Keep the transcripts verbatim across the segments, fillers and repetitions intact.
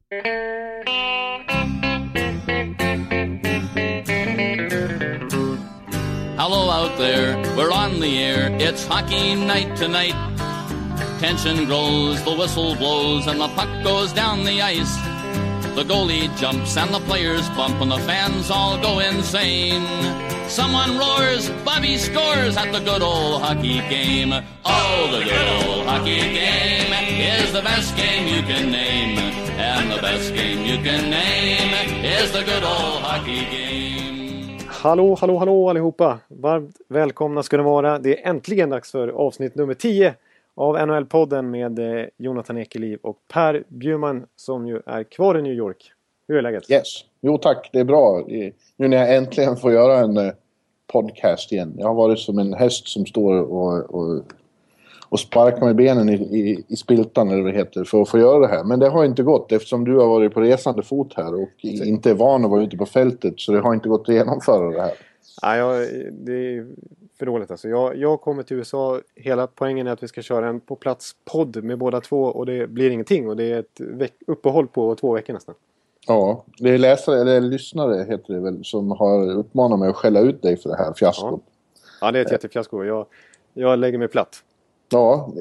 Hello out there, we're on the air, it's hockey night tonight. Tension grows, the whistle blows, and the puck goes down the ice. The goalie jumps and the players bump and the fans all go insane. Someone roars, Bobby scores at the good old hockey game. Oh, the good old hockey game is the best game you can name. And the best game you can name is the good old hockey game. Hallå, hallå, hallå allihopa. Varmt välkomna ska ni vara. Det är äntligen dags för avsnitt nummer tio av N H L-podden med Jonathan Ekeliv och Per Bjurman som ju är kvar i New York. Hur är läget? Yes, jo tack, det är bra. Nu när jag äntligen får göra en podcast igen. Jag har varit som en häst som står och, och, och sparkar med benen i, i, i spiltan eller vad det heter för att få göra det här. Men det har inte gått eftersom du har varit på resande fot här och inte är van att vara ute på fältet, så det har inte gått att genomföra det här. Ja, jag, det är för dåligt alltså. Jag, jag kommer till U S A, hela poängen är att vi ska köra en på plats podd med båda två och det blir ingenting och det är ett veck- uppehåll på två veckor nästan. Ja, det är läsare eller lyssnare heter det väl som har uppmanat mig att skälla ut dig för det här fiaskot. Ja, ja det är ett jättefiasko. Jag, jag lägger mig platt. Ja,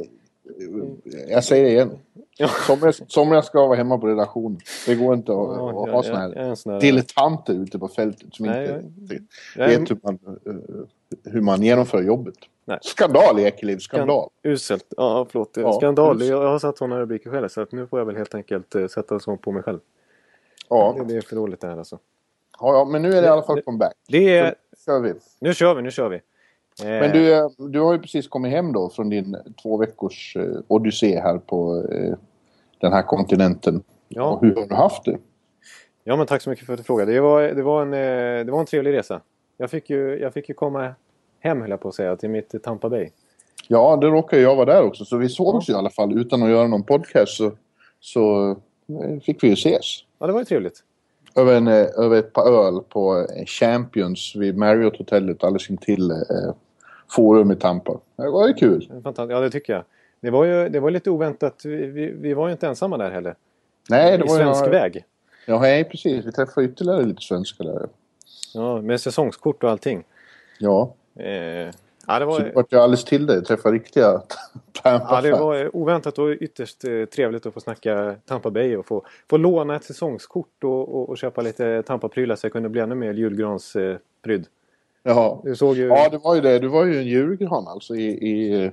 jag säger det igen. Ja. Somliga, somliga ska vara hemma på redaktionen. Det går inte att, Ja, att jag- ha såna jag- jag är en här sån här- dilettanter ute på fältet som Nej, inte jag- vet hur man, uh, hur man genomför jobbet. Nej. Skandal, Ekeliv, skandal. Uselt. Ja, förlåt. Ja, Skandal. uselt. Jag har satt sådana rubriker själv så att nu får jag väl helt enkelt eh, sätta sånt på mig själv. Ja. Det, det är för dåligt det här alltså. Ja, ja, men nu är det i alla fall comeback. Det är... Så kör vi. Nu kör vi, nu kör vi. Eh, Men du, eh, du har ju precis kommit hem då från din två veckors eh, odyssé här på eh, den här kontinenten. Ja. Och hur har du haft det? Ja, men tack så mycket för att du frågade. Det var, det var, en, eh, det var en trevlig resa. Jag fick ju, jag fick ju komma hem, höll jag på att säga, till mitt Tampa Bay. Ja, det råkade jag vara där också. Så vi sågs ju i alla fall utan att göra någon podcast så, så eh, fick vi ju ses. Ja, det var ju trevligt. Över, en, eh, över ett par öl på eh, Champions vid Marriott-hotellet alldeles intill eh, Forum i Tampa. Det var ju kul. Fantastiskt. Ja, det tycker jag. Det var ju det var lite oväntat. Vi, vi, vi var ju inte ensamma där heller. Nej, det I var ju svensk några- väg. Ja, nej, precis. Vi träffade ytterligare lite svenskar där. Ja, med säsongskort och allting. Ja, Eh, ja, det så det var, var jag alldeles till dig. Träffade riktiga ja, Tampa det fans. var oväntat och ytterst eh, trevligt att få snacka Tampa Bay och få, få låna ett säsongskort och, och, och köpa lite Tampa-prylar så jag kunde bli ännu mer julgransprydd. Eh, prydd. Jaha. Du såg ju... Ja, det var ju det. Du var ju en julgran alltså i, i,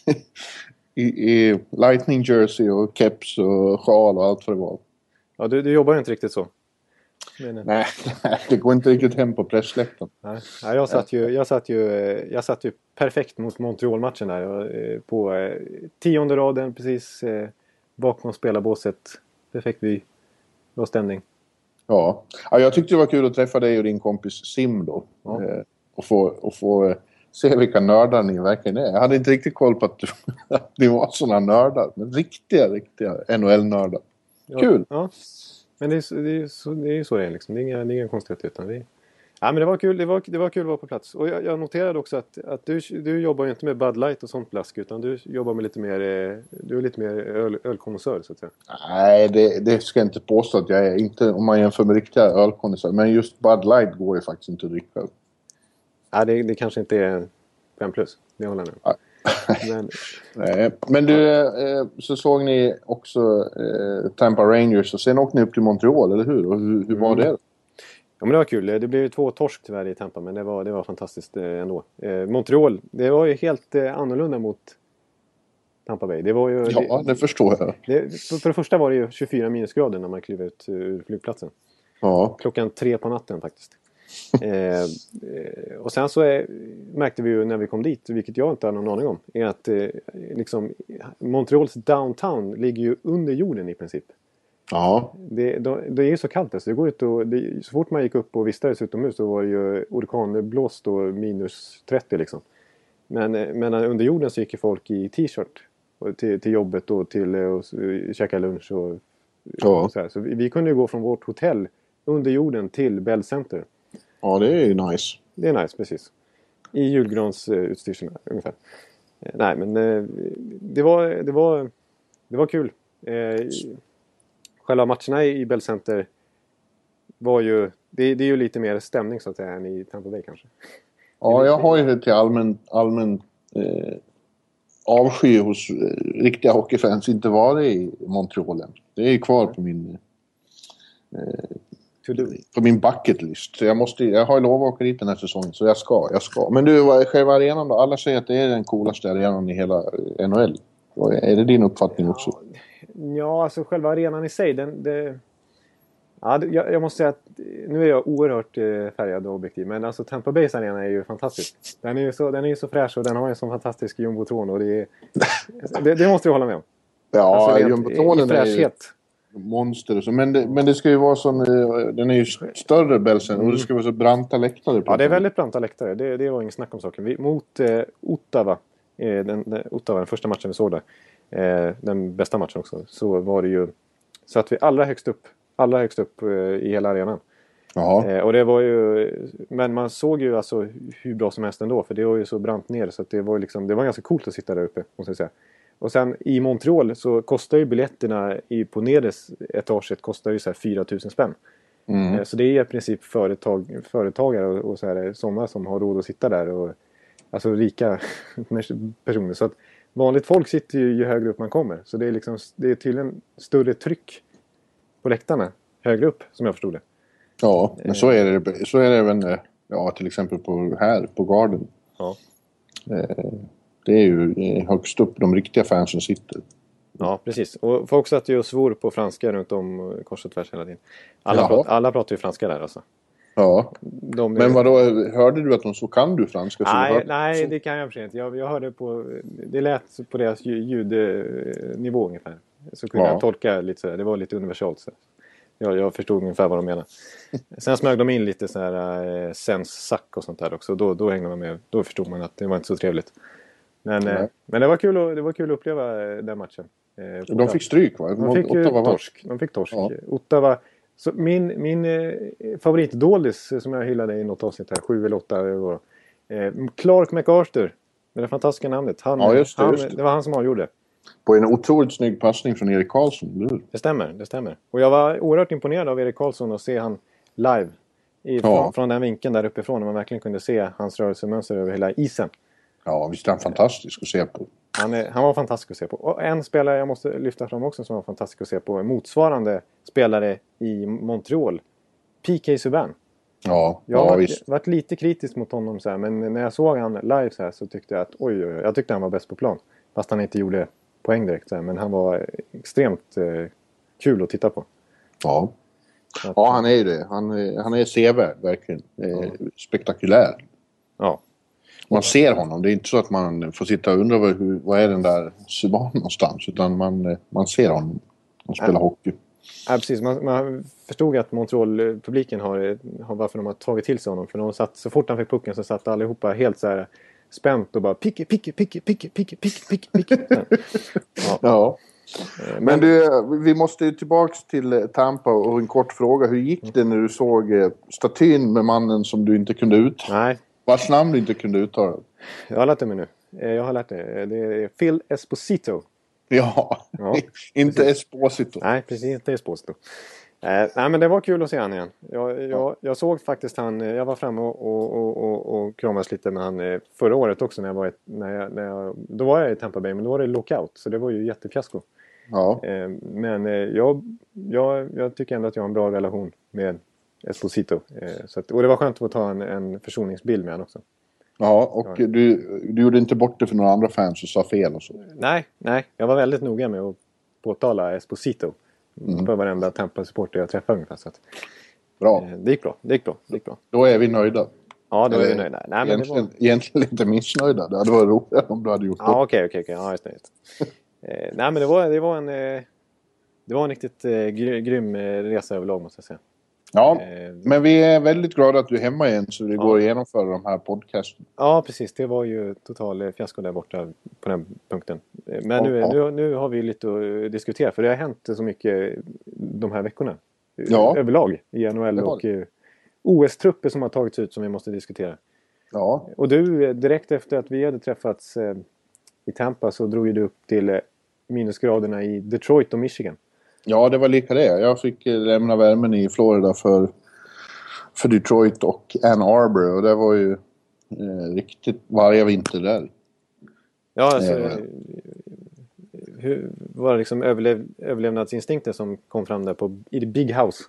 i, i Lightning jersey och keps och sjal och allt vad det var. Ja, du, du jobbar ju inte riktigt så. Men, eh, Nej, det går inte riktigt hem på pressläktaren. nej. Ja, jag, satt ju, jag, satt ju, eh, jag satt ju perfekt mot Montreal-matchen där. Jag, eh, på eh, tionde raden precis eh, bakom spelarbåset. Perfekt vy. Bra stämning. Ja. Ja, jag tyckte det var kul att träffa dig och din kompis Sim då. Ja. Eh, och få, och få eh, se vilka nördar ni verkligen är. Jag hade inte riktigt koll på att, du, att ni var sådana nördar. Men riktiga, riktiga N H L-nördar. Ja, Kul. Ja. Men det är, så- det är, så, det är ju så det är liksom. Det är inga, det är inga konstigheter utan vi... Ja, men det var kul. Det var, det var kul att vara på plats. Och jag, jag noterade också att, att du, du jobbar ju inte med Bud Light och sånt blask utan du jobbar med lite mer... eh, Du är lite mer öl, ölkonnässör så att säga. Nej, det, det ska jag inte påstå att jag är. Inte om man jämför med riktiga ölkondensörer. Men just Bud Light går ju faktiskt inte att dricka. Ja, det, det kanske inte är fem plus. Det håller jag nu. Men, Nej, men du, eh, så såg ni också eh, Tampa Rangers och sen åkte ni upp till Montreal, eller hur? Och hur, hur var Mm. det? ja, men det var kul. Det blev ju två torsk tyvärr i Tampa men det var, det var fantastiskt eh, ändå. Eh, Montreal, det var ju helt eh, annorlunda mot Tampa Bay. Det var ju... Ja, det, det förstår jag. det, för, för det första var det ju tjugofyra minusgrader när man klev ut ur flygplatsen. Ja, Klockan tre på natten faktiskt. eh, eh, och sen så är, märkte vi ju när vi kom dit, vilket jag inte har någon aning om, är att eh, liksom, Montreals downtown ligger ju under jorden i princip. ja, Det, de, det är ju så kallt där, så det går ut och, det, så fort man gick upp och vistades utomhus så var det ju orkanblåst och minus trettio liksom. Men, eh, men under jorden så gick ju folk i t-shirt och till, till jobbet och till eh, och, och käka lunch och, Ja. och så här. Så vi, vi kunde ju gå från vårt hotell under jorden till Bell Center. ja, det är ju nice. Det är nice, precis. I julgransutstyrseln ungefär. Eh, nej, men eh, det var, det var, det var kul. Eh, själva matcherna i Bell Center var ju, det, det är ju lite mer stämning så att säga än i Tampa Bay kanske. Ja, jag har ju till allmän, allmän eh, avsky hos eh, riktiga hockeyfans inte varit i Montreal än. Det är ju kvar på min eh, på min bucket list. Så jag måste, jag har ju lovat att åka dit den här säsongen, så jag ska, jag ska. Men du, vad är själva arenan då? Alla säger att det är den coolaste arenan i hela N H L. Är det din uppfattning också? Ja, alltså själva arenan i sig, den... Det... Ja, jag, jag måste säga att nu är jag oerhört eh, färgad och objektiv, men alltså Tampa Bays arena är ju fantastisk. Den är ju så, den är ju så fräsch och den har ju en sån fantastisk jumbotron och det, är, det, det måste du hålla med om. Ja, alltså, jumbotronen är ju monster och så, men det, men det ska ju vara sån, den är ju större Bellsen och det ska vara så branta läktare på. Ja, det är väldigt branta läktare, det, det var ingen snack om saken. Vi, mot eh, Ottawa, eh, den, den, Ottawa, den första matchen vi såg där, eh, den bästa matchen också, så var det ju så att vi allra högst upp Allra högst upp eh, i hela arenan. Eh, och det var ju... Men man såg ju alltså hur bra som helst ändå. För det var ju så brant ner. Så att det var liksom, det var ganska coolt att sitta där uppe, måste jag säga. Och sen i Montreal så kostar ju biljetterna i, på nedres etaget kostar ju så här fyra tusen spänn. Mm. Eh, så det är i princip företag, företagare och, och så här, sådana som har råd att sitta där. Och, alltså rika personer. Så att vanligt folk sitter ju, ju högre upp man kommer. Så det är, liksom, det är tydligen större tryck på läktarna, högre upp, som jag förstod det. Ja, men så är det, så är det även, ja, till exempel på, här, på Garden. Ja. Det är ju högst upp de riktiga fansen sitter. Ja, precis. Och folk satt ju och svor på franska runt om kors och tvärs hela tiden. Alla, prat, alla pratar ju franska där alltså. Ja, de, men vadå, hörde du att de så kan du franska? Så nej, hörde, nej så... det kan jag för inte. Jag, jag hörde på, det lät på deras ljudnivå ungefär. Så kunde ja. jag tolka lite så här. Det var lite universalt så. Jag, jag förstod ungefär vad de menar. Sen smög de in lite så här eh, sens-sack och sånt där också. Då, då hängde man med. Då förstod man att det var inte så trevligt. Men, eh, men det var kul att, det var kul att uppleva den matchen. Eh, de fick stryk va? De fick ju torsk. De fick torsk. Ja. Ottawa. Så min min eh, favoritdålis som jag hyllade i något avsnitt här. Sju eller åtta. Eh, Clark MacArthur. Med det fantastiska namnet. Han, ja, just det, han, just det. det var han som avgjorde. På en otroligt snygg passning från Erik Karlsson. Det stämmer, det stämmer. Och jag var oerhört imponerad av Erik Karlsson och se han live. I, ja. från, från den vinkeln där uppifrån. När man verkligen kunde se hans rörelsemönster över hela isen. Ja, visst är han fantastisk att se på. Han, är, han var fantastisk att se på. Och en spelare jag måste lyfta fram också som var fantastisk att se på. Motsvarande spelare i Montreal. P K Subban. Ja, jag ja har visst. varit lite kritisk mot honom så här, men när jag såg han live så här så tyckte jag att oj, oj, oj jag tyckte han var bäst på plan. Fast han inte gjorde poäng direkt så här, men han var extremt eh, kul att titta på. Ja. Att, ja, han är ju det. Han, han är sevärd verkligen. Ja. Spektakulär. Ja. Man ser honom. Det är inte så att man får sitta och undra vad, hur, vad är den där Subban någonstans, utan man, man ser honom. Han spelar ja. hockey. Ja, precis. Man, man förstod att Montreal-publiken har, har varför de har tagit till sig honom. För de satt, så fort han fick pucken så satt allihopa helt så här spänt och bara picke, picke, picke, picke, picke, picke, picke, picke. Ja. ja. Men, Men du, vi måste ju tillbaks till Tampa och en kort fråga. Hur gick det när du såg statyn med mannen som du inte kunde ut? Nej. Vars namn du inte kunde uttala? Jag har lärt det mig nu. Jag har lärt det. Det är Phil Esposito. Ja, ja inte precis. Esposito. Nej, precis. Inte Esposito. Eh, nej, men det var kul att se han igen. Jag, jag, ja. jag såg faktiskt han... Jag var framme och, och, och, och, och kramades lite med han förra året också. När jag var, när jag, när jag, då var jag i Tampa Bay, men då var det lockout. Så det var ju jättefiasko. Ja. Eh, men eh, jag, jag, jag tycker ändå att jag har en bra relation med Esposito. Eh, så att, och det var skönt att få ta en, en försoningsbild med han också. Ja, och ja. Du, du gjorde inte bort det för några andra fans och sa fel och så? Nej, nej. Jag var väldigt noga med att påtala Esposito. Mm. För varenda Tampa-supporter jag träffade ungefär. Så att, bra. Eh, det gick bra, det gick bra, det gick bra. Då är vi nöjda. Ja, då Eller, är vi nöjda. Nej, men egentligen, det var... egentligen lite missnöjda. Det hade varit roligt om du hade gjort det. Ja, okej, okej, okej. Ja, just det. eh, nej, men det var, det var en... Eh, det var en riktigt eh, grym resa överlag, måste jag säga. Ja, men vi är väldigt glada att du är hemma igen så det ja. går att genomföra de här podcasten. Ja, precis. Det var ju total fiasko där borta på den punkten. Men ja, nu, ja. Nu, nu har vi lite att diskutera för det har hänt så mycket de här veckorna. Ja. Överlag i N H L och O S-trupper som har tagits ut som vi måste diskutera. Ja. Och du, direkt efter att vi hade träffats i Tampa så drog ju du upp till minusgraderna i Detroit och Michigan. Ja, det var lika det. Jag fick lämna värmen i Florida för, för Detroit och Ann Arbor. Och det var ju eh, riktigt varje vinter där. Ja, alltså... Eh. Hur var det liksom överlev, överlevnadsinstinkten som kom fram där på, i the big house?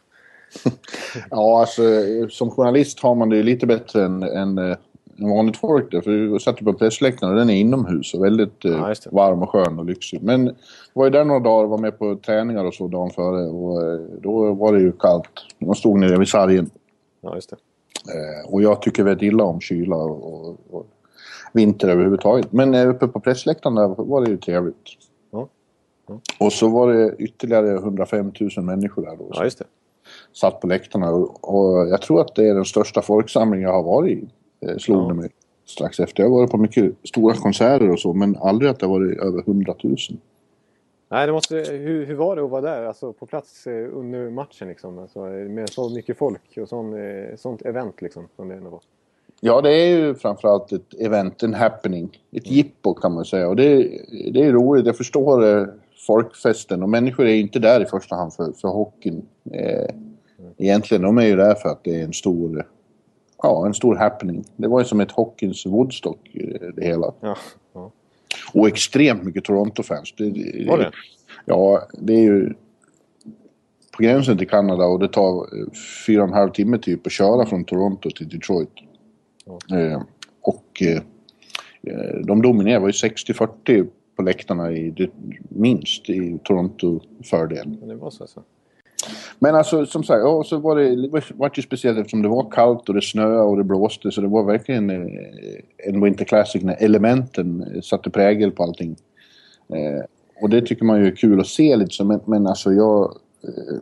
Ja, alltså som journalist har man det ju lite bättre än, än, än vanligt folk där. För du satt på pressläktaren och den är inomhus och väldigt ja, varm och skön och lyxig. Men jag var ju där några dagar och var med på träningar och så dagen före. Och då var det ju kallt. Man stod nere vid sargen. Ja, just det. Och jag tycker väldigt illa om kyla och, och, och vinter överhuvudtaget. Men uppe på pressläktaren där var det ju trevligt. Ja. Ja. Och så var det ytterligare hundrafem tusen människor där då. Ja, just det. Satt på läktarna och, och jag tror att det är den största folksamlingen jag har varit i. Eh, slog ja. det mig strax efter. Jag har varit på mycket stora konserter och så, men aldrig att det var över hundratusen. Nej, det måste, hur, hur var det att vara där? Alltså på plats eh, under matchen liksom. Alltså, med så mycket folk och sån, eh, sånt event liksom. Som det var. Ja, det är ju framförallt ett event, en happening. Ett jippo kan man säga. Och det, det är roligt, jag förstår eh, folkfesten. Och människor är inte där i första hand för, för hockeyn. Eh, egentligen, de är ju där för att det är en stor, ja, en stor happening. Det var ju som ett hockeyns Woodstock, det hela. Ja, ja. Och extremt mycket Toronto-fans. Det, det, var det? Ja, det är ju på gränsen till Kanada och det tar fyra och en halv timme typ att köra från Toronto till Detroit. Ja. Eh, och eh, de dominerar, var ju sextio fyrtio på läktarna i, minst i Toronto-fördel. Det var så, så. Men alltså som sagt, ja, så var det, det var ju speciellt eftersom det var kallt och det snöade och det blåste, så det var verkligen en Winter Classic när elementen satte prägel på allting. Eh, och det tycker man ju är kul att se lite så, men, men alltså jag eh,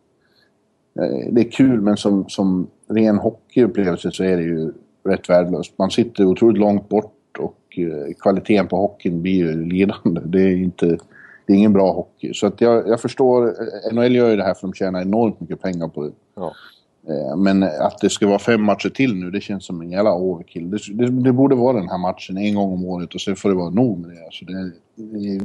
det är kul, men som, som ren hockeyupplevelse så är det ju rätt värdelöst. Man sitter otroligt långt bort och eh, kvaliteten på hockeyn blir ju lidande. Det är inte Det är ingen bra hockey. Så att jag, jag förstår, N H L gör ju det här för att de tjänar enormt mycket pengar på det. Ja. Eh, men att det ska vara fem matcher till nu, det känns som en jävla overkill. Det, det, det borde vara den här matchen en gång om året och sen får det vara nog med det. Alltså det, det,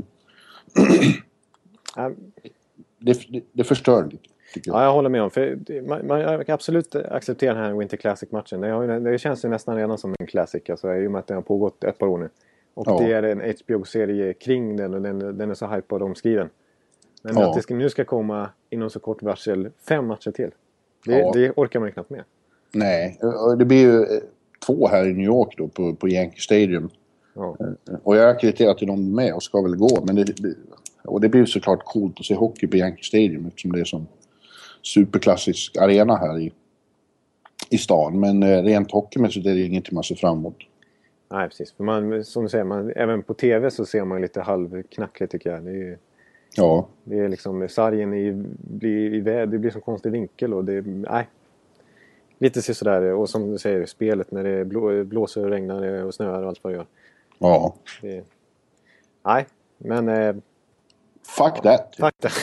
det, det, det förstör lite. Ja, jag håller med om. För man, man kan absolut acceptera den här Winter Classic-matchen. Det, det känns ju nästan redan som en classic. Alltså, i och med att den har pågått ett par år nu. Och ja. Det är en H B O-serie kring den och den, den är så hypad och omskriven. Men ja. Att det ska, nu ska komma inom så kort varsel fem matcher till. Det, ja. Det orkar man knappt med. Nej, det blir ju två här i New York då på, på Yankee Stadium. Ja. Och jag har krediterat till dem med och ska väl gå. Men det, och det blir såklart coolt att se hockey på Yankee Stadium eftersom det är som superklassisk arena här i, i stan. Men rent hockeymässigt är det ingenting man ser fram emot. Nej, precis. För man, som du säger, man, även på tv så ser man lite halvknackligt tycker jag. Det är ju, ja. Det är liksom, sargen i, blir, i, det blir som konstig vinkel och det, nej. Lite så sådär, och som du säger, spelet när det blå, blåser och regnar och snöar och allt vad det gör. Ja. Det, nej, men... Eh, fuck that. Fuck that.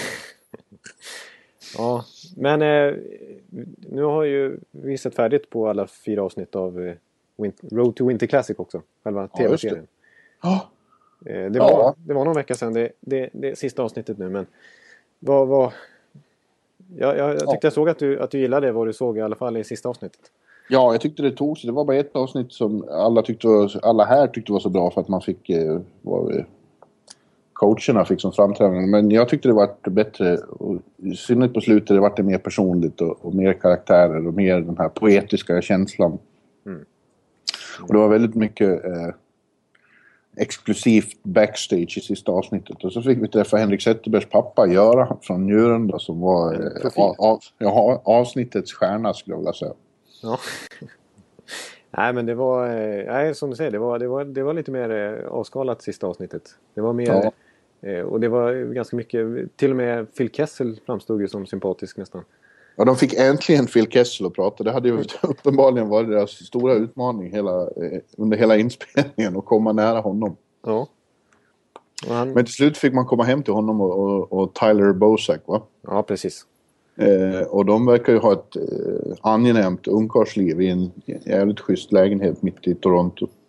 Ja, men eh, nu har ju vi sett färdigt på alla fyra avsnitt av... Eh, Road to Winter Classic också, själva ja, tv-serien. Ja. Det, det, var, ja. det var någon vecka sedan, det, det, det sista avsnittet nu, men vad... vad jag, jag, jag tyckte ja. jag såg att du, att du gillade vad du såg i alla fall i sista avsnittet. Ja, jag tyckte det tog sig. Det var bara ett avsnitt som alla, tyckte var, alla här tyckte var så bra för att man fick... Eh, var, coacherna fick som framträdande. Men jag tyckte det var bättre, och i synnerhet på slutet det var det mer personligt och, och mer karaktärer och mer den här poetiska känslan. Mm. Och det var väldigt mycket eh, exklusivt backstage i sista avsnittet. Och så fick vi träffa Henrik Zetterbergs pappa, Göran från Njurunda, som var eh, av, av, ja, avsnittets stjärna skulle jag vilja säga. Ja. Nej, men det var, nej, som du säger, det var, det var, det var lite mer eh, avskalat sista avsnittet. Det var mer, ja. eh, och det var ganska mycket, till och med Phil Kessel framstod ju som sympatisk nästan. Ja, de fick äntligen Phil Kessel att prata. Det hade ju uppenbarligen varit deras stora utmaning hela, eh, under hela inspelningen att komma nära honom. Ja. Han... Men till slut fick man komma hem till honom och, och, och Tyler Bozak, va? Ja, precis. Eh, och de verkar ju ha ett eh, angenämt ungkarlsliv i en jävligt schysst lägenhet mitt i Toronto.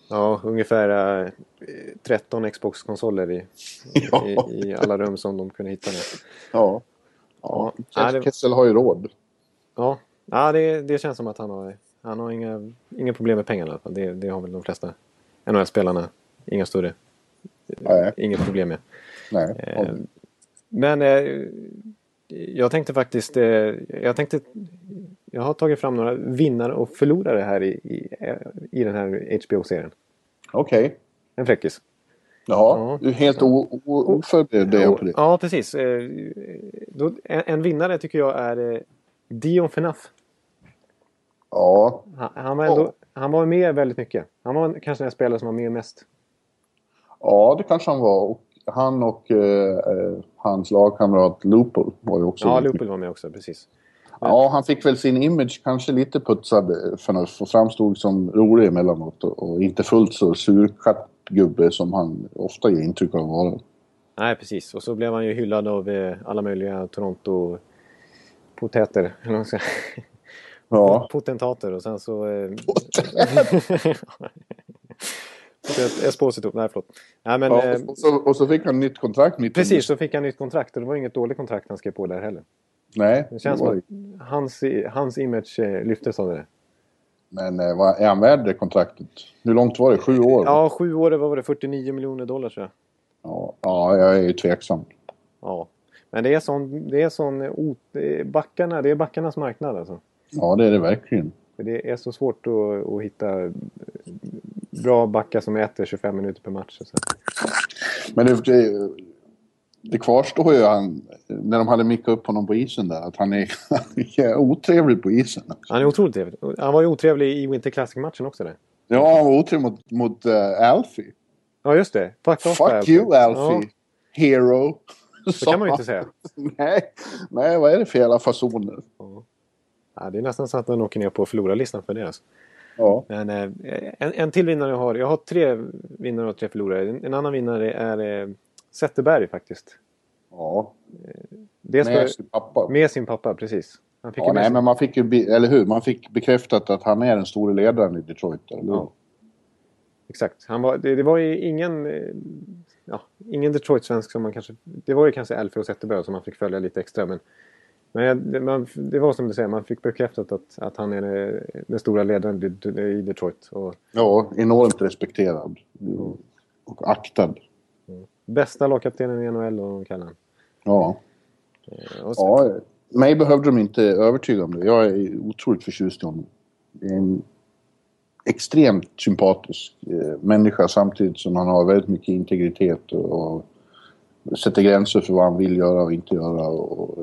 Ja, ungefär äh, tretton Xbox-konsoler i, Ja. i, i alla rum som de kunde hitta nu. Ja. Ja, Ja, det- Kessel har ju råd. Ja, ja det, det känns som att han har, han har inga, inga problem med pengarna i alla fall. Det, det har väl de flesta N H L-spelarna. Inga större. Nej. Inget problem med. Nej. Eh, men eh, jag tänkte faktiskt... Eh, jag tänkte... Jag har tagit fram några vinnare och förlorare här i, i, i den här H B O-serien. Okej. En fräckis. Jaha, Ja. du är helt o- o- oförberedd Ja, på det. ja, precis. Eh, då, en, en vinnare tycker jag är eh, Dion Phaneuf. Ja. Han, han, var ändå, Ja. han var med väldigt mycket. Han var kanske den spelare som var med mest. Ja, det kanske han var. Och han och eh, eh, hans lagkamrat Lupul var ju också... Ja, väldigt Lupul var med också, precis. Ja, han fick väl sin image kanske lite putsad för nu och framstod som rolig emellanåt och, och inte fullt så surkattgubbe som han ofta ger intryck av att vara. Nej, precis. Och så blev han ju hyllad av eh, alla möjliga Toronto-potäter. Eller vad man ska säga. Ja. Potentater. Och sen så... Eh... Esposito. Nej, förlåt. Nej, men, Ja, eh... och, så, och så fick han nytt kontrakt mitt Precis, under. så fick han nytt kontrakt. Och det var inget dåligt kontrakt han skrev på där heller. Nej. Det känns det var... som att hans, hans image eh, lyftes av det. Men eh, vad är han värd det kontraktet? Hur långt var det? Sju år? Ja, sju år, vad var det? fyrtionio miljoner dollar tror jag. Ja, ja, jag är ju tveksam. Ja. Men det är sån, det är sån o, det är backarna, det är backarnas marknad alltså. Ja, det är det verkligen. För det är så svårt att, att hitta bra backar som äter tjugofem minuter per match. Så. Men det, det, det kvarstår ju han, när de hade mickat upp honom på isen där, att han är, han är otrevlig på isen. Han är otroligt trevlig. Han var ju otrevlig i Winter Classic-matchen också där. Ja, han var otrevlig mot, mot uh, Alfie. Ja, just det. Fuck, off, Fuck Alfie. you, Alfie. Ja. Hero. Så kan man ju inte säga. Nej, nej, vad är det för jävla fasoner? Ja. Ja, det är nästan så att han åker ner på förlorarlistan för det. Alltså. Ja. Men eh, en, en till vinnare jag har. Jag har tre vinnare och tre förlorare. En, en annan vinnare är eh, Zetterberg faktiskt. Ja. Det ska, Med sin pappa. med sin pappa, precis. Han fick Ja, ju med nej, sin... men man fick ju, be- eller hur? Man fick bekräftat att han är den stora ledaren i Detroit, eller hur? Ja. Exakt. Han var, det, det var ju ingen... eh, Ja, ingen Detroit-svensk som man kanske... Det var ju kanske Alfie och Zetterberg som man fick följa lite extra, men... Men jag, det, man, det var som du säger, man fick bekräftat att, att han är den, den stora ledaren i, i Detroit. Och, Ja, enormt respekterad. Och aktad. bästa lagkaptenen i N H L och kallar han. Ja. Eh, och så, Ja, mig behövde de inte övertyga om det. Jag är otroligt förtjust i honom. Det är en extremt sympatisk eh, människa samtidigt som han har väldigt mycket integritet och, och sätter gränser för vad han vill göra och inte göra. Och,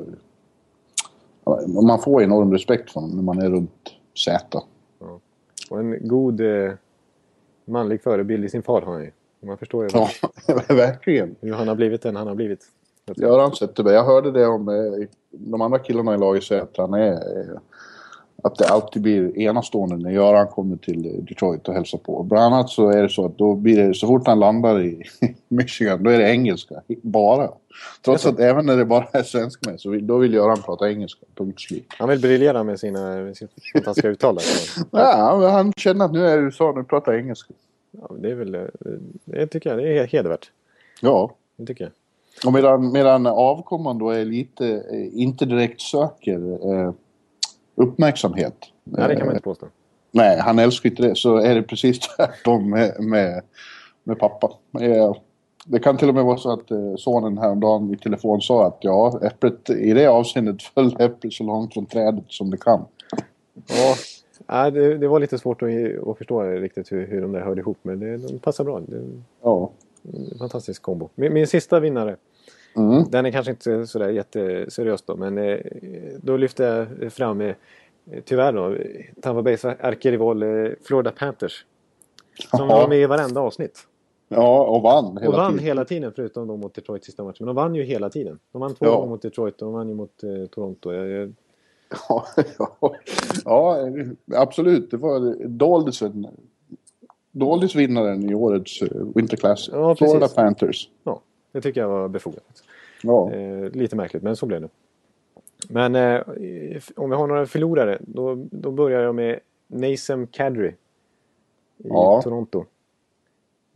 och man får enorm respekt för honom när man är runt Z. ja. Och en god eh, manlig förebild i sin far har han ju. Man förstår ju Ja, verkligen. hur han har blivit den han har blivit. Göran Zetterberg. Jag hörde det om eh, de andra killarna i laget säger att han är... Eh, att det alltid blir enastående när Göran kommer till Detroit och hälsar på. Bland annat så är det så att då blir det, så fort han landar i Michigan, då är det engelska. Bara. Trots att även när det bara är svenska med, så vill, då vill Göran prata engelska. Punkt slut. Han vill briljera med sina med sitt fantastiska uttal. Där. Ja, men han känner att nu är det U S A, nu pratar jag engelska. Ja, det är väl... eh, Det tycker jag, det är hedervärt. Ja. Det tycker jag. Och medan, medan avkomman då är lite, eh, inte direkt söker eh, uppmärksamhet. Nej, det kan man inte påstå. Nej, han älskar inte det. Så är det precis tvärtom med, med, med pappa. Eh, Det kan till och med vara så att eh, sonen häromdagen i telefon sa att ja, äpplet i det avseendet föll äpplet så långt från trädet som det kan. Ja, nej, det, det var lite svårt att, att förstå riktigt hur, hur de där hörde ihop. Men det, de passar bra. Det är Ja. en fantastisk kombo. Min, min sista vinnare. Mm. Den är kanske inte sådär jätteseriös då. Men eh, då lyfte jag fram eh, tyvärr då Tampa Bays ärkerival eh, Florida Panthers. Som Jaha. var med i varenda avsnitt. Ja, och vann hela Och vann tiden. hela tiden förutom då mot Detroit sista matchen. Men de vann ju hela tiden. De vann två Ja. gånger mot Detroit och de vann ju mot eh, Toronto. Jag, jag, Ja, ja, ja, absolut. Det var Doldisen. Doldisvinnaren i årets uh, Winter Classic. Ja, Florida precis. Panthers. ja, det tycker jag var befogat. Ja. Eh, lite märkligt, men så blev det. Men eh, om vi har några förlorare, då, då börjar jag med Nazem Kadri i Ja. Toronto.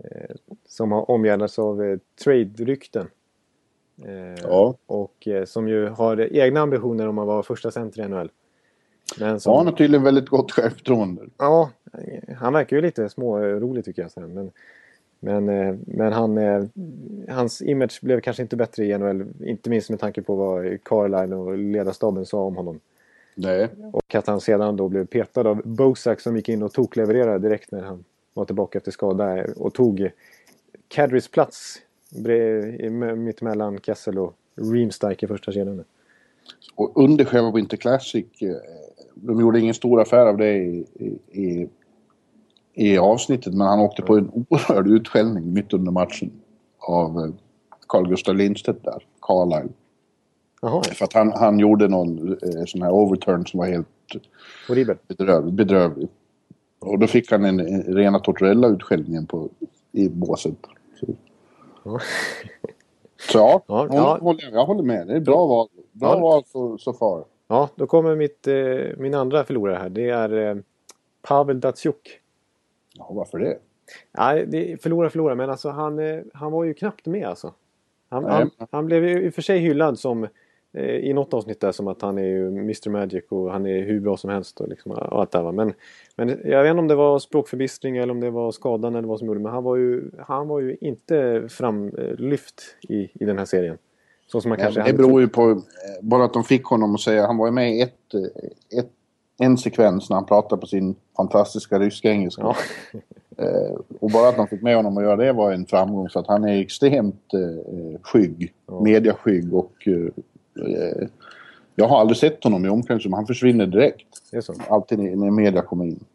Eh, som har omgärdats av eh, trade-rykten. Eh, Ja. Och eh, som ju har egna ambitioner om att vara första center i N H L. Men som, Ja, han har tydligen väldigt gott självförtroende. Ja, han verkar ju lite smårolig tycker jag sen. Men, men, eh, men han, eh, hans image blev kanske inte bättre i N H L. Inte minst med tanke på vad Carlisle och ledarstaben sa om honom. Nej. Och att han sedan då blev petad av Bosak som gick in och toklevererade direkt när han var tillbaka efter skada. Och tog Kadris plats mitt emellan Kessel och Riemsdyk i första kedjan. Och under själva Winter Classic, de gjorde ingen stor affär av det i, i, i avsnittet, men han åkte på en oerhörd utskällning mitt under matchen av Carl Gustaf Lindstedt där, Carlisle. Jaha. För att han, han gjorde någon eh, sån här overturn som var helt horribel. Bedrövlig, bedrövlig. Och då fick han en, en rena Tortorella-utskällningen på, i båset. Så ja, så ja, ja, hon, ja. Håller, jag håller med. Det är bra val. Bra Ja. val så, så far. Ja, då kommer mitt, eh, min andra förlorare här. Det är eh, Pavel Datsyuk. Ja, varför det? Nej, det är förlora, förlora. Men alltså han, eh, han var ju knappt med alltså. Han, Nej. han, han blev ju i och för sig hyllad som eh, i något avsnitt där som att han är ju mister Magic och han är hur bra som helst och, liksom, och allt det här, va? Men, men jag vet inte om det var språkförbistring eller om det var skadan eller vad som gjorde. Men han var ju, han var ju inte framlyft i, i den här serien. Så som man kanske Ja, det beror ju på bara att de fick honom att säga. Han var ju med i ett, ett, en sekvens när han pratade på sin fantastiska ryska engelska. Ja. Eh, och bara att de fick med honom att göra det var en framgång. För att han är extremt eh, skygg. Ja. Mediaskygg. Och eh, jag har aldrig sett honom i omklädningsrum. Han försvinner direkt. Det är så. Alltid när media kommer in.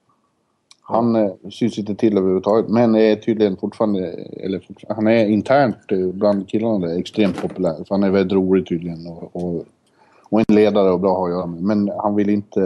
Han eh, syns inte till överhuvudtaget. Men är tydligen fortfarande... Eller fortfarande, han är internt eh, bland killarna där, extremt populär. För han är väldigt rolig tydligen. Och, och, och en ledare och bra att ha att göra med. Men han vill inte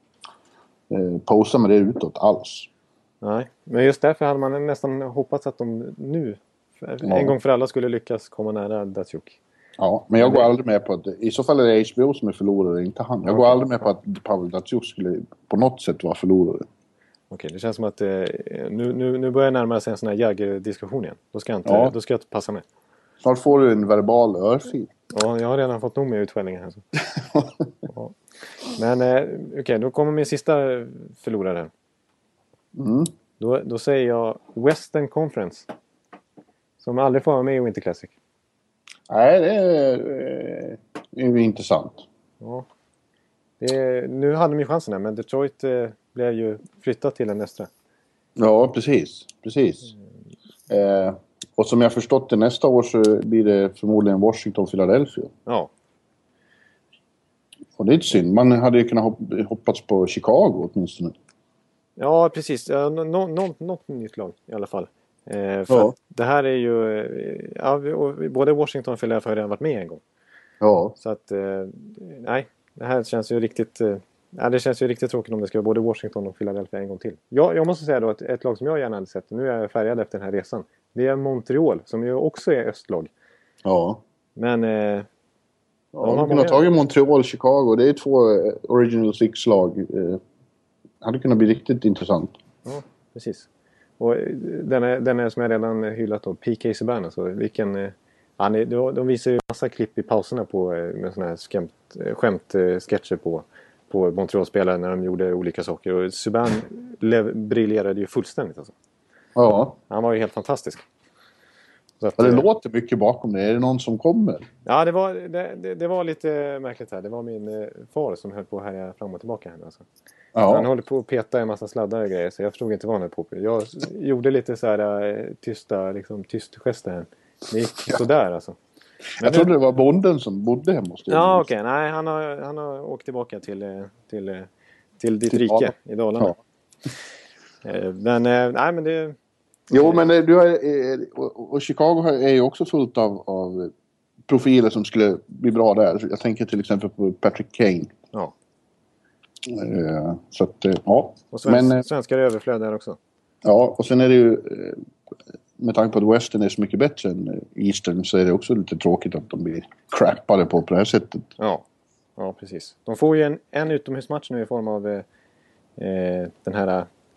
eh, posa med det utåt alls. Nej, men just därför hade man nästan hoppats att de nu för, Ja. en gång för alla skulle lyckas komma nära Datsyuk. Ja, men jag går aldrig med på att... I så fall är det H B O som är förlorare, inte han. Jag går aldrig med på att Pavel Datsyuk skulle på något sätt vara förlorare. Okej, det känns som att eh, nu, nu, nu börjar jag närma sig en sån här Jagger-diskussion igen. Då ska jag inte, Ja. då ska jag inte passa mig. Snart får du en verbal örfil. Ja, jag har redan fått nog med utskällningen här. Så. Ja. Men eh, okej, okay, då kommer min sista förlorare. Mm. Då, då säger jag Western Conference. Som aldrig får vara med i Winter Classic. Nej, det är, det är ju intressant. Ja. Det, nu hade de ju chansen här, men Detroit eh, blev ju flyttat till en nästa. Ja, precis. Precis. Eh, och som jag förstått det, nästa år så blir det förmodligen Washington, Philadelphia. Ja. Och det är inte synd. Man hade ju kunnat hopp- hoppats på Chicago åtminstone. Ja, precis. Ja, no, no, no, något nytt lag i alla fall. Eh, för Ja. att det här är ju... eh, Ja, vi- och både Washington och Philadelphia har redan varit med en gång. Ja. Så att... Eh, nej, det här känns ju riktigt... Eh, ja, det känns ju riktigt tråkigt om det ska vara både Washington och Philadelphia en gång till. Jag, jag måste säga då att ett lag som jag gärna hade sett, nu är jag färgad efter den här resan, det är Montreal, som ju också är östlag. Ja. Men... Eh, Ja, de har de kunde många- ha tagit Montreal, Chicago. Det är två eh, Original Six-lag. Eh, hade kunnat bli riktigt intressant. Ja, precis. Och eh, den är, den är som jag redan hyllat då, P K Subban. Alltså, vilken, eh, han är, de, de visar ju massa klipp i pauserna på, eh, med såna här skämt, eh, skämt eh, sketcher på, på Montreal-spelare när de gjorde olika saker. Och Subban lev, briljerade ju fullständigt. Alltså. Ja. Han var ju helt fantastisk. Så att, Ja, det eh, låter mycket bakom det. Är det någon som kommer? ja, det var, det, det, det var lite märkligt här. Det var min eh, far som höll på att härja fram och tillbaka här. Alltså. Han Ja. håller på att peta i en massa sladdar och grejer, så jag förstod inte vad han höll på med. Jag gjorde lite så här eh, tysta, liksom tyst gester här. Det gick sådär alltså. Men Jag trodde det var bonden som bodde hemma hos dig. Ja, okej. Okay. Nej, han har, han har åkt tillbaka till, eh, till, eh, till ditt Till rike Dalarna. i Dalarna. Eh, Men, eh, nej men det... Jo, men det- du har, eh, och och Chicago är ju också fullt av, av profiler som skulle bli bra där. Jag tänker till exempel på Patrick Kane. Ja. Eh, Så att, eh, ja. Och svensk, Men, eh, svenskar är överflöd där också. ja, och sen är det ju, eh, med tanke på att Western är så mycket bättre än eh, Eastern, så är det också lite tråkigt att de blir crappade på på det här sättet. Ja, ja precis. De får ju en, en utomhusmatch nu i form av eh, eh, den här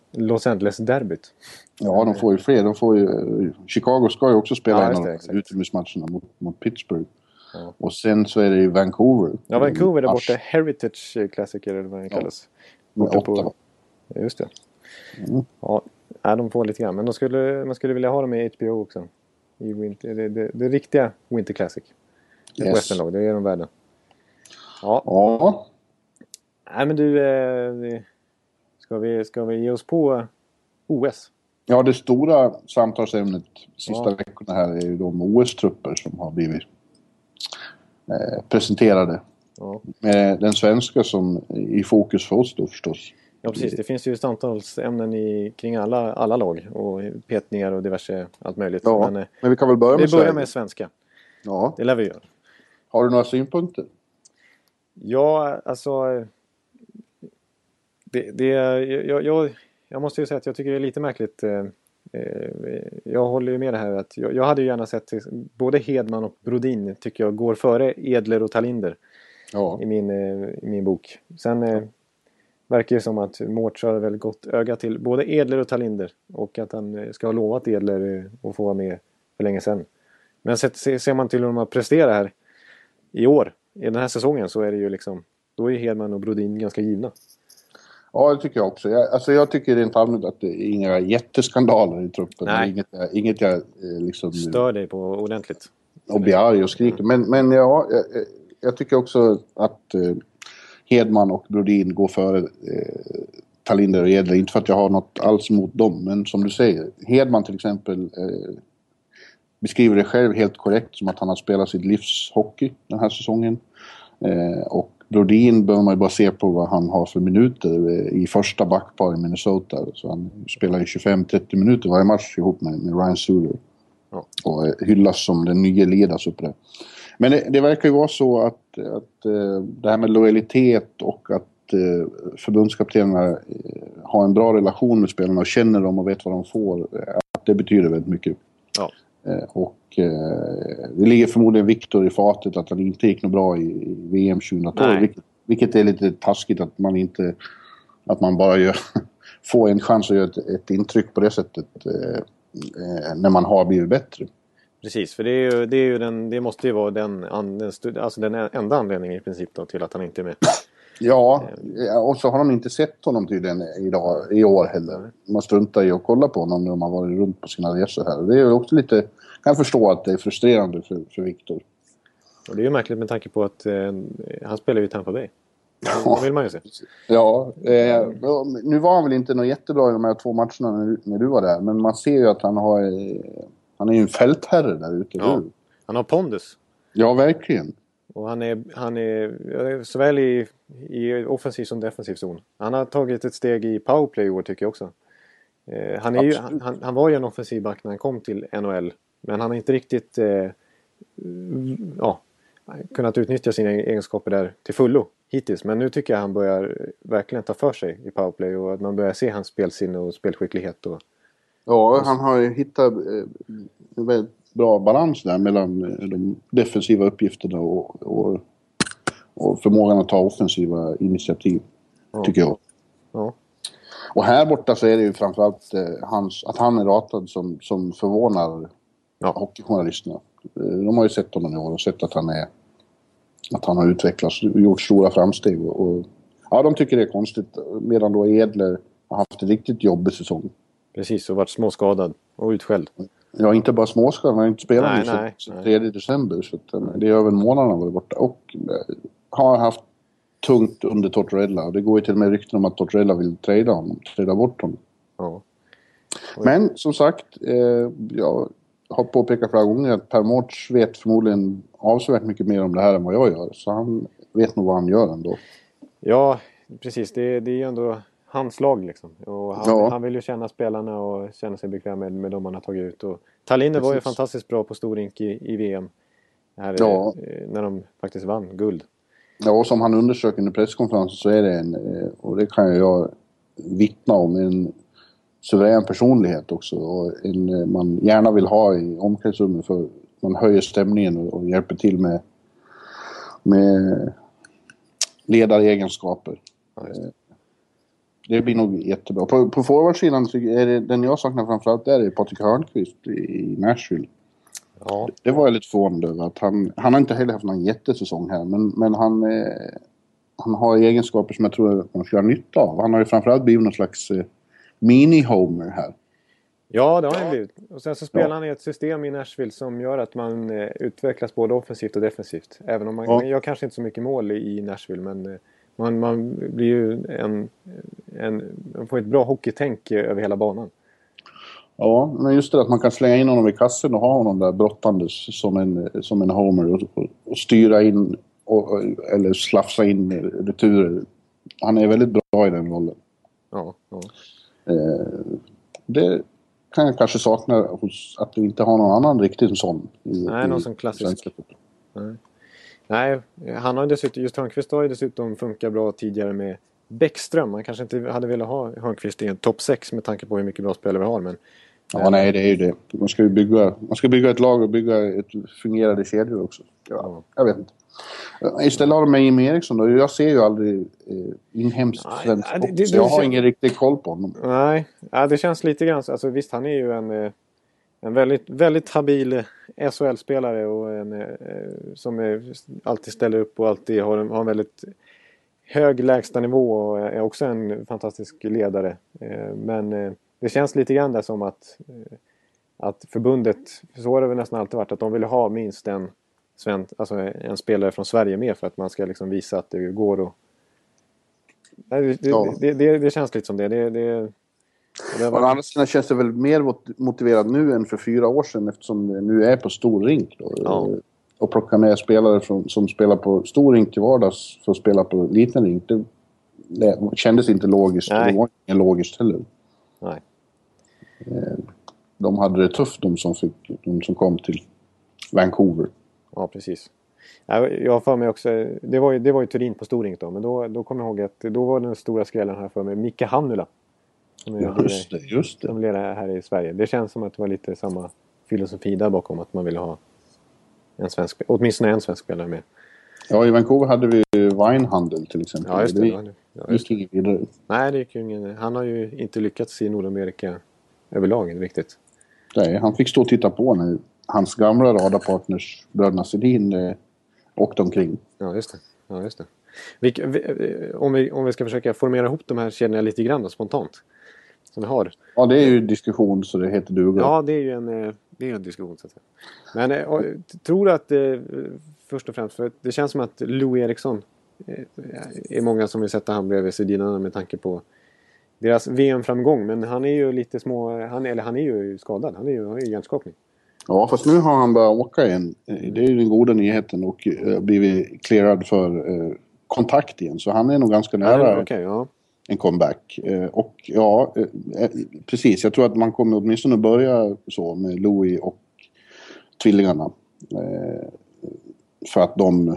Los Angeles-derbyt. Ja, de får ju fler. De får ju, Chicago ska ju också spela Ja, en just av det, de exakt. utomhusmatcherna mot, mot Pittsburgh. Ja. Och sen så är det ju Vancouver. Ja, Vancouver där Mars borta. Heritage Classic eller vad det kallas. med Borta åtta. på... Just det. Mm. Ja, nej, de får lite grann. Men de skulle, man skulle vilja ha dem i H B O också. I winter, det, det, det riktiga Winter Classic. Ett Yes. Westernlag, det är de värda. Ja. Ja, Nej, men du... Eh, vi- ska, vi, ska vi ge oss på O S? ja, det stora samtalsämnet sista Ja. veckorna här är ju de O S-trupper som har blivit eh, presenterade. Ja. Med den svenska som i fokus för oss då förstås. Ja, precis. Det finns ju samtalsämnen i, kring alla, alla lag. Och petningar och diverse allt möjligt. Ja, Men men, eh, vi kan väl börja med vi börjar Sverige. med svenska. Ja. Det lär vi göra. Har du några synpunkter? Ja, alltså... Det, det, jag, jag, jag måste ju säga att jag tycker det är lite märkligt. eh, eh, Jag håller ju med det här att jag, jag hade ju gärna sett både Hedman och Brodin tycker jag går före Edler och Talinder Ja. i min, eh, i min bok. Sen eh, verkar det som att Mårts har väl gått öga till både Edler och Talinder och att han eh, ska ha lovat Edler eh, att få vara med för länge sedan. Men sett, se- ser man till hur de har presterat här i år, i den här säsongen, så är det ju liksom, då är Hedman och Brodin ganska givna. Ja, det tycker jag också. Jag, alltså jag tycker rent allmänt att det är inga jätteskandaler i truppen. Nej. Inget, jag- inget jag eh, liksom... Stör dig på ordentligt. Och blir arg och skriker. Men, men ja, jag, jag tycker också att eh, Hedman och Brodin går före eh, Talinder och Edler. Inte för att jag har något alls mot dem. Men som du säger, Hedman till exempel eh, beskriver det själv helt korrekt som att han har spelat sitt livs hockey den här säsongen. Eh, och Brodin behöver man ju bara se på vad han har för minuter eh, i första backpar i Minnesota. Så han spelar ju tjugofem till trettio minuter varje match ihop med, med Ryan Suter. Ja. Och eh, hyllas som den nya ledas uppe där. Men det, det verkar ju vara så att, att eh, det här med lojalitet och att eh, förbundskaptenerna eh, har en bra relation med spelarna och känner dem och vet vad de får. Eh, att det betyder väldigt mycket. Ja. Eh, och eh, det ligger förmodligen Viktor i fatet att han inte gick något bra i, i V M tjugohundratolv. Vilket, vilket är lite taskigt att man inte att man bara gör, får en chans att göra ett, ett intryck på det sättet eh, eh, när man har blivit bättre. Precis, för det, är ju, det, är ju den, det måste ju vara den, an- den, stud- alltså den enda anledningen i princip då, till att han inte är med. Ja, och så har de inte sett honom tydligen idag, i år heller. Man struntar i att kolla på honom när de har varit runt på sina resor här. Det är ju också lite, kan jag förstå att det är frustrerande för, för Viktor. Och det är ju märkligt med tanke på att eh, han spelar ju i Tampa Bay. Det vill man ju se. Ja, eh, nu var han väl inte något jättebra i de här två matcherna när, när du var där. Men man ser ju att han har, eh, han är ju en fältherre där ute. Ja. Nu. Han har pondus. Ja, verkligen. Och han är, han är såväl i, i offensiv som defensiv zon. Han har tagit ett steg i powerplay i år tycker jag också. Eh, han, är ju, han, han, han var ju en offensiv back när han kom till N H L. Men han har inte riktigt eh, ja, kunnat utnyttja sina egenskaper där till fullo hittills. Men nu tycker jag han börjar verkligen ta för sig i powerplay. Och att man börjar se hans spelsinne och spelskicklighet. Och... Ja, han har ju hittat eh, en väldigt bra balans där mellan eh, de defensiva uppgifterna och, och, och förmågan att ta offensiva initiativ, Ja. tycker jag. Ja. Och här borta så är det ju framförallt eh, hans, att han är ratad som, som förvånar Ja. hockeyjournalisterna. Eh, de har ju sett honom i år och sett att han är att han har utvecklats och gjort stora framsteg. Och, och, ja, de tycker det är konstigt. Medan då Edler har haft en riktigt jobbig säsong. Precis, och varit småskadad och utskälld. Ja, inte bara småskadad, han har inte spelat Nej, nu sedan nej, sedan nej. tredje december. Så att, eh, det är över en månad han varit borta. Och eh, har haft tungt under Tortorella. Och det går ju till och med rykten om att Tortorella vill trada honom, trada bort honom. Ja. Men som sagt, eh, jag har påpekat flera gånger att Per Mårts vet förmodligen avsevärt mycket mer om det här än vad jag gör. Så han vet nog vad han gör ändå. Ja, precis. Det, det är ju ändå hans lag liksom. Och han, Ja. han vill ju känna spelarna och känna sig bekväm med, med dem han har tagit ut. Och Talinder var ju Precis. fantastiskt bra på storink i, i V M. Här, Ja. eh, när de faktiskt vann guld. Ja, och som han undersöker under presskonferensen så är det en, eh, och det kan jag vittna om, en suverän personlighet också. Och en eh, man gärna vill ha i omklädningsrummet för man höjer stämningen och, och hjälper till med, med ledaregenskaper. Ja, just det. det blir nog jättebra. På, på forwardsidan så är det, den jag saknar framförallt där är Patrik Hörnqvist i Nashville. Ja. Det, det var jag lite förvånad över. Att han, han har inte heller haft någon jättesäsong här. Men, men han, eh, han har egenskaper som jag tror att man ska ha nytta av. Han har ju framförallt blivit någon slags eh, mini-homer här. Ja, det har han blivit. Och sen så spelar Ja. han i ett system i Nashville som gör att man eh, utvecklas både offensivt och defensivt. Även om man, Ja. man gör kanske inte så mycket mål i Nashville, men eh, man, man blir ju en, en, man får ett bra hockeytänk eh, över hela banan. Ja, men just det att man kan slänga in honom i kassen och ha honom där brottandes som en, som en homer och, och, och styra in och, eller slafsa in returer. Han är väldigt bra i den rollen. Ja, ja. Eh, det kan jag kanske sakna hos att vi inte har någon annan riktigt sån. I, Nej, i, någon sån klassisk. svenska fotboll. Nej. Nej, han har ju dessutom, just Hörnqvist har ju dessutom funkat bra tidigare med Bäckström. Man kanske inte hade velat ha Hörnqvist i en topp sex med tanke på hur mycket bra spelare vi har, men Ja, nej, det är ju det. Man ska ju bygga, man ska bygga ett lag och bygga ett fungerande kedjor också. Ja, jag vet inte. Istället har de med Jimmy Eriksson då. Jag ser ju aldrig eh, inhemskt Nej, svensk nej, det- hockey, det- så jag det har kän- ingen riktig koll på honom. Nej, ja, det känns lite grann så. Alltså, visst, han är ju en, eh, en väldigt, väldigt habil S H L-spelare och en, eh, som är, alltid ställer upp och alltid har en, har en väldigt hög lägsta nivå och är också en fantastisk ledare. Eh, Men eh, det känns lite grann där som att, eh, att förbundet, så har det väl nästan alltid varit, att de vill ha minst en, sven, alltså en spelare från Sverige med för att man ska liksom visa att det går och Nej, det, det, Ja. det, det, det känns lite som det. det, det det har Å varit- andra sidan känns det väl mer mot- motiverat nu än för fyra år sedan eftersom det nu är på stor rink. Då. Ja. Och plocka med spelare från, som spelar på stor rink till vardags för att spela på liten rink. Det, det kändes inte logiskt. Nej. Det var inte logiskt heller. Nej. De hade det tufft, de som, fick, de som kom till Vancouver. Ja, precis. Jag jag har för mig också, det var ju, det var ju Turin på Storink då, men då, då kommer jag ihåg att då var den stora skrällen här för mig, Micke Hannula. Som är Ja, just det, just det. Som lirade här i Sverige. Det känns som att det var lite samma filosofi där bakom, att man ville ha en svensk, åtminstone en svensk spelare med. Ja, i Vancouver hade vi Weinhandel till exempel. Ja, just det. det Ja, ja, just gick inget vidare. Nej, det gick ju ingen, han har ju inte lyckats i Nordamerika överlag riktigt. Nej, han fick stå och titta på när hans gamla radarpartners, bröderna Sedin, eh, åkte omkring. Ja, just det. Ja, just det. Vilka, vi, om, vi, om vi ska försöka formera ihop de här kedjorna lite grann då, spontant. Som vi har. Ja, det är ju diskussion så det heter duga. Ja, det är ju en, eh, det är en diskussion så att säga. Men eh, och, tror du att eh, först och främst, för det känns som att Lou Eriksson eh, är många som vill sätta han bredvid Sedinarna med tanke på deras V M-framgång. Men han är ju lite små, han, eller han är ju skadad. Han är ju, har ju hjärnskakning. Ja, fast nu har han börjat åka igen. Eh, Det är ju den goda nyheten och uh, blivit clearad för uh, kontakt igen. Så han är nog ganska nära Ja, okej, ja. en comeback. Eh, och ja, eh, eh, precis. Jag tror att man kommer åtminstone börja så med Louis och tvillingarna. Eh, för att de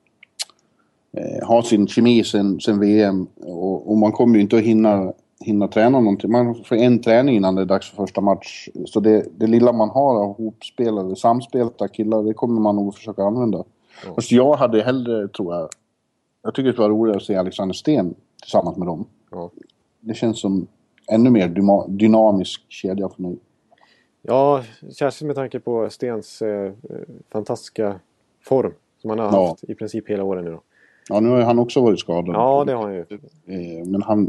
eh, har sin kemi sen, sen V M. Och, och man kommer ju inte att hinna, hinna träna någonting. Man får en träning innan det är dags för första match. Så det, det lilla man har av hopspelade, samspelta killar, det kommer man nog att försöka använda. Ja. Fast jag hade hellre, tror jag, jag tycker det var roligare att se Alexander Sten tillsammans med dem. Ja. Det känns som ännu mer dyma- dynamisk kedja för mig. Ja, särskilt med tanke på Stens eh, fantastiska form som han har Ja. haft i princip hela åren nu då. Ja, nu har han också varit skadad. Ja, det har han ju. Eh, Men han,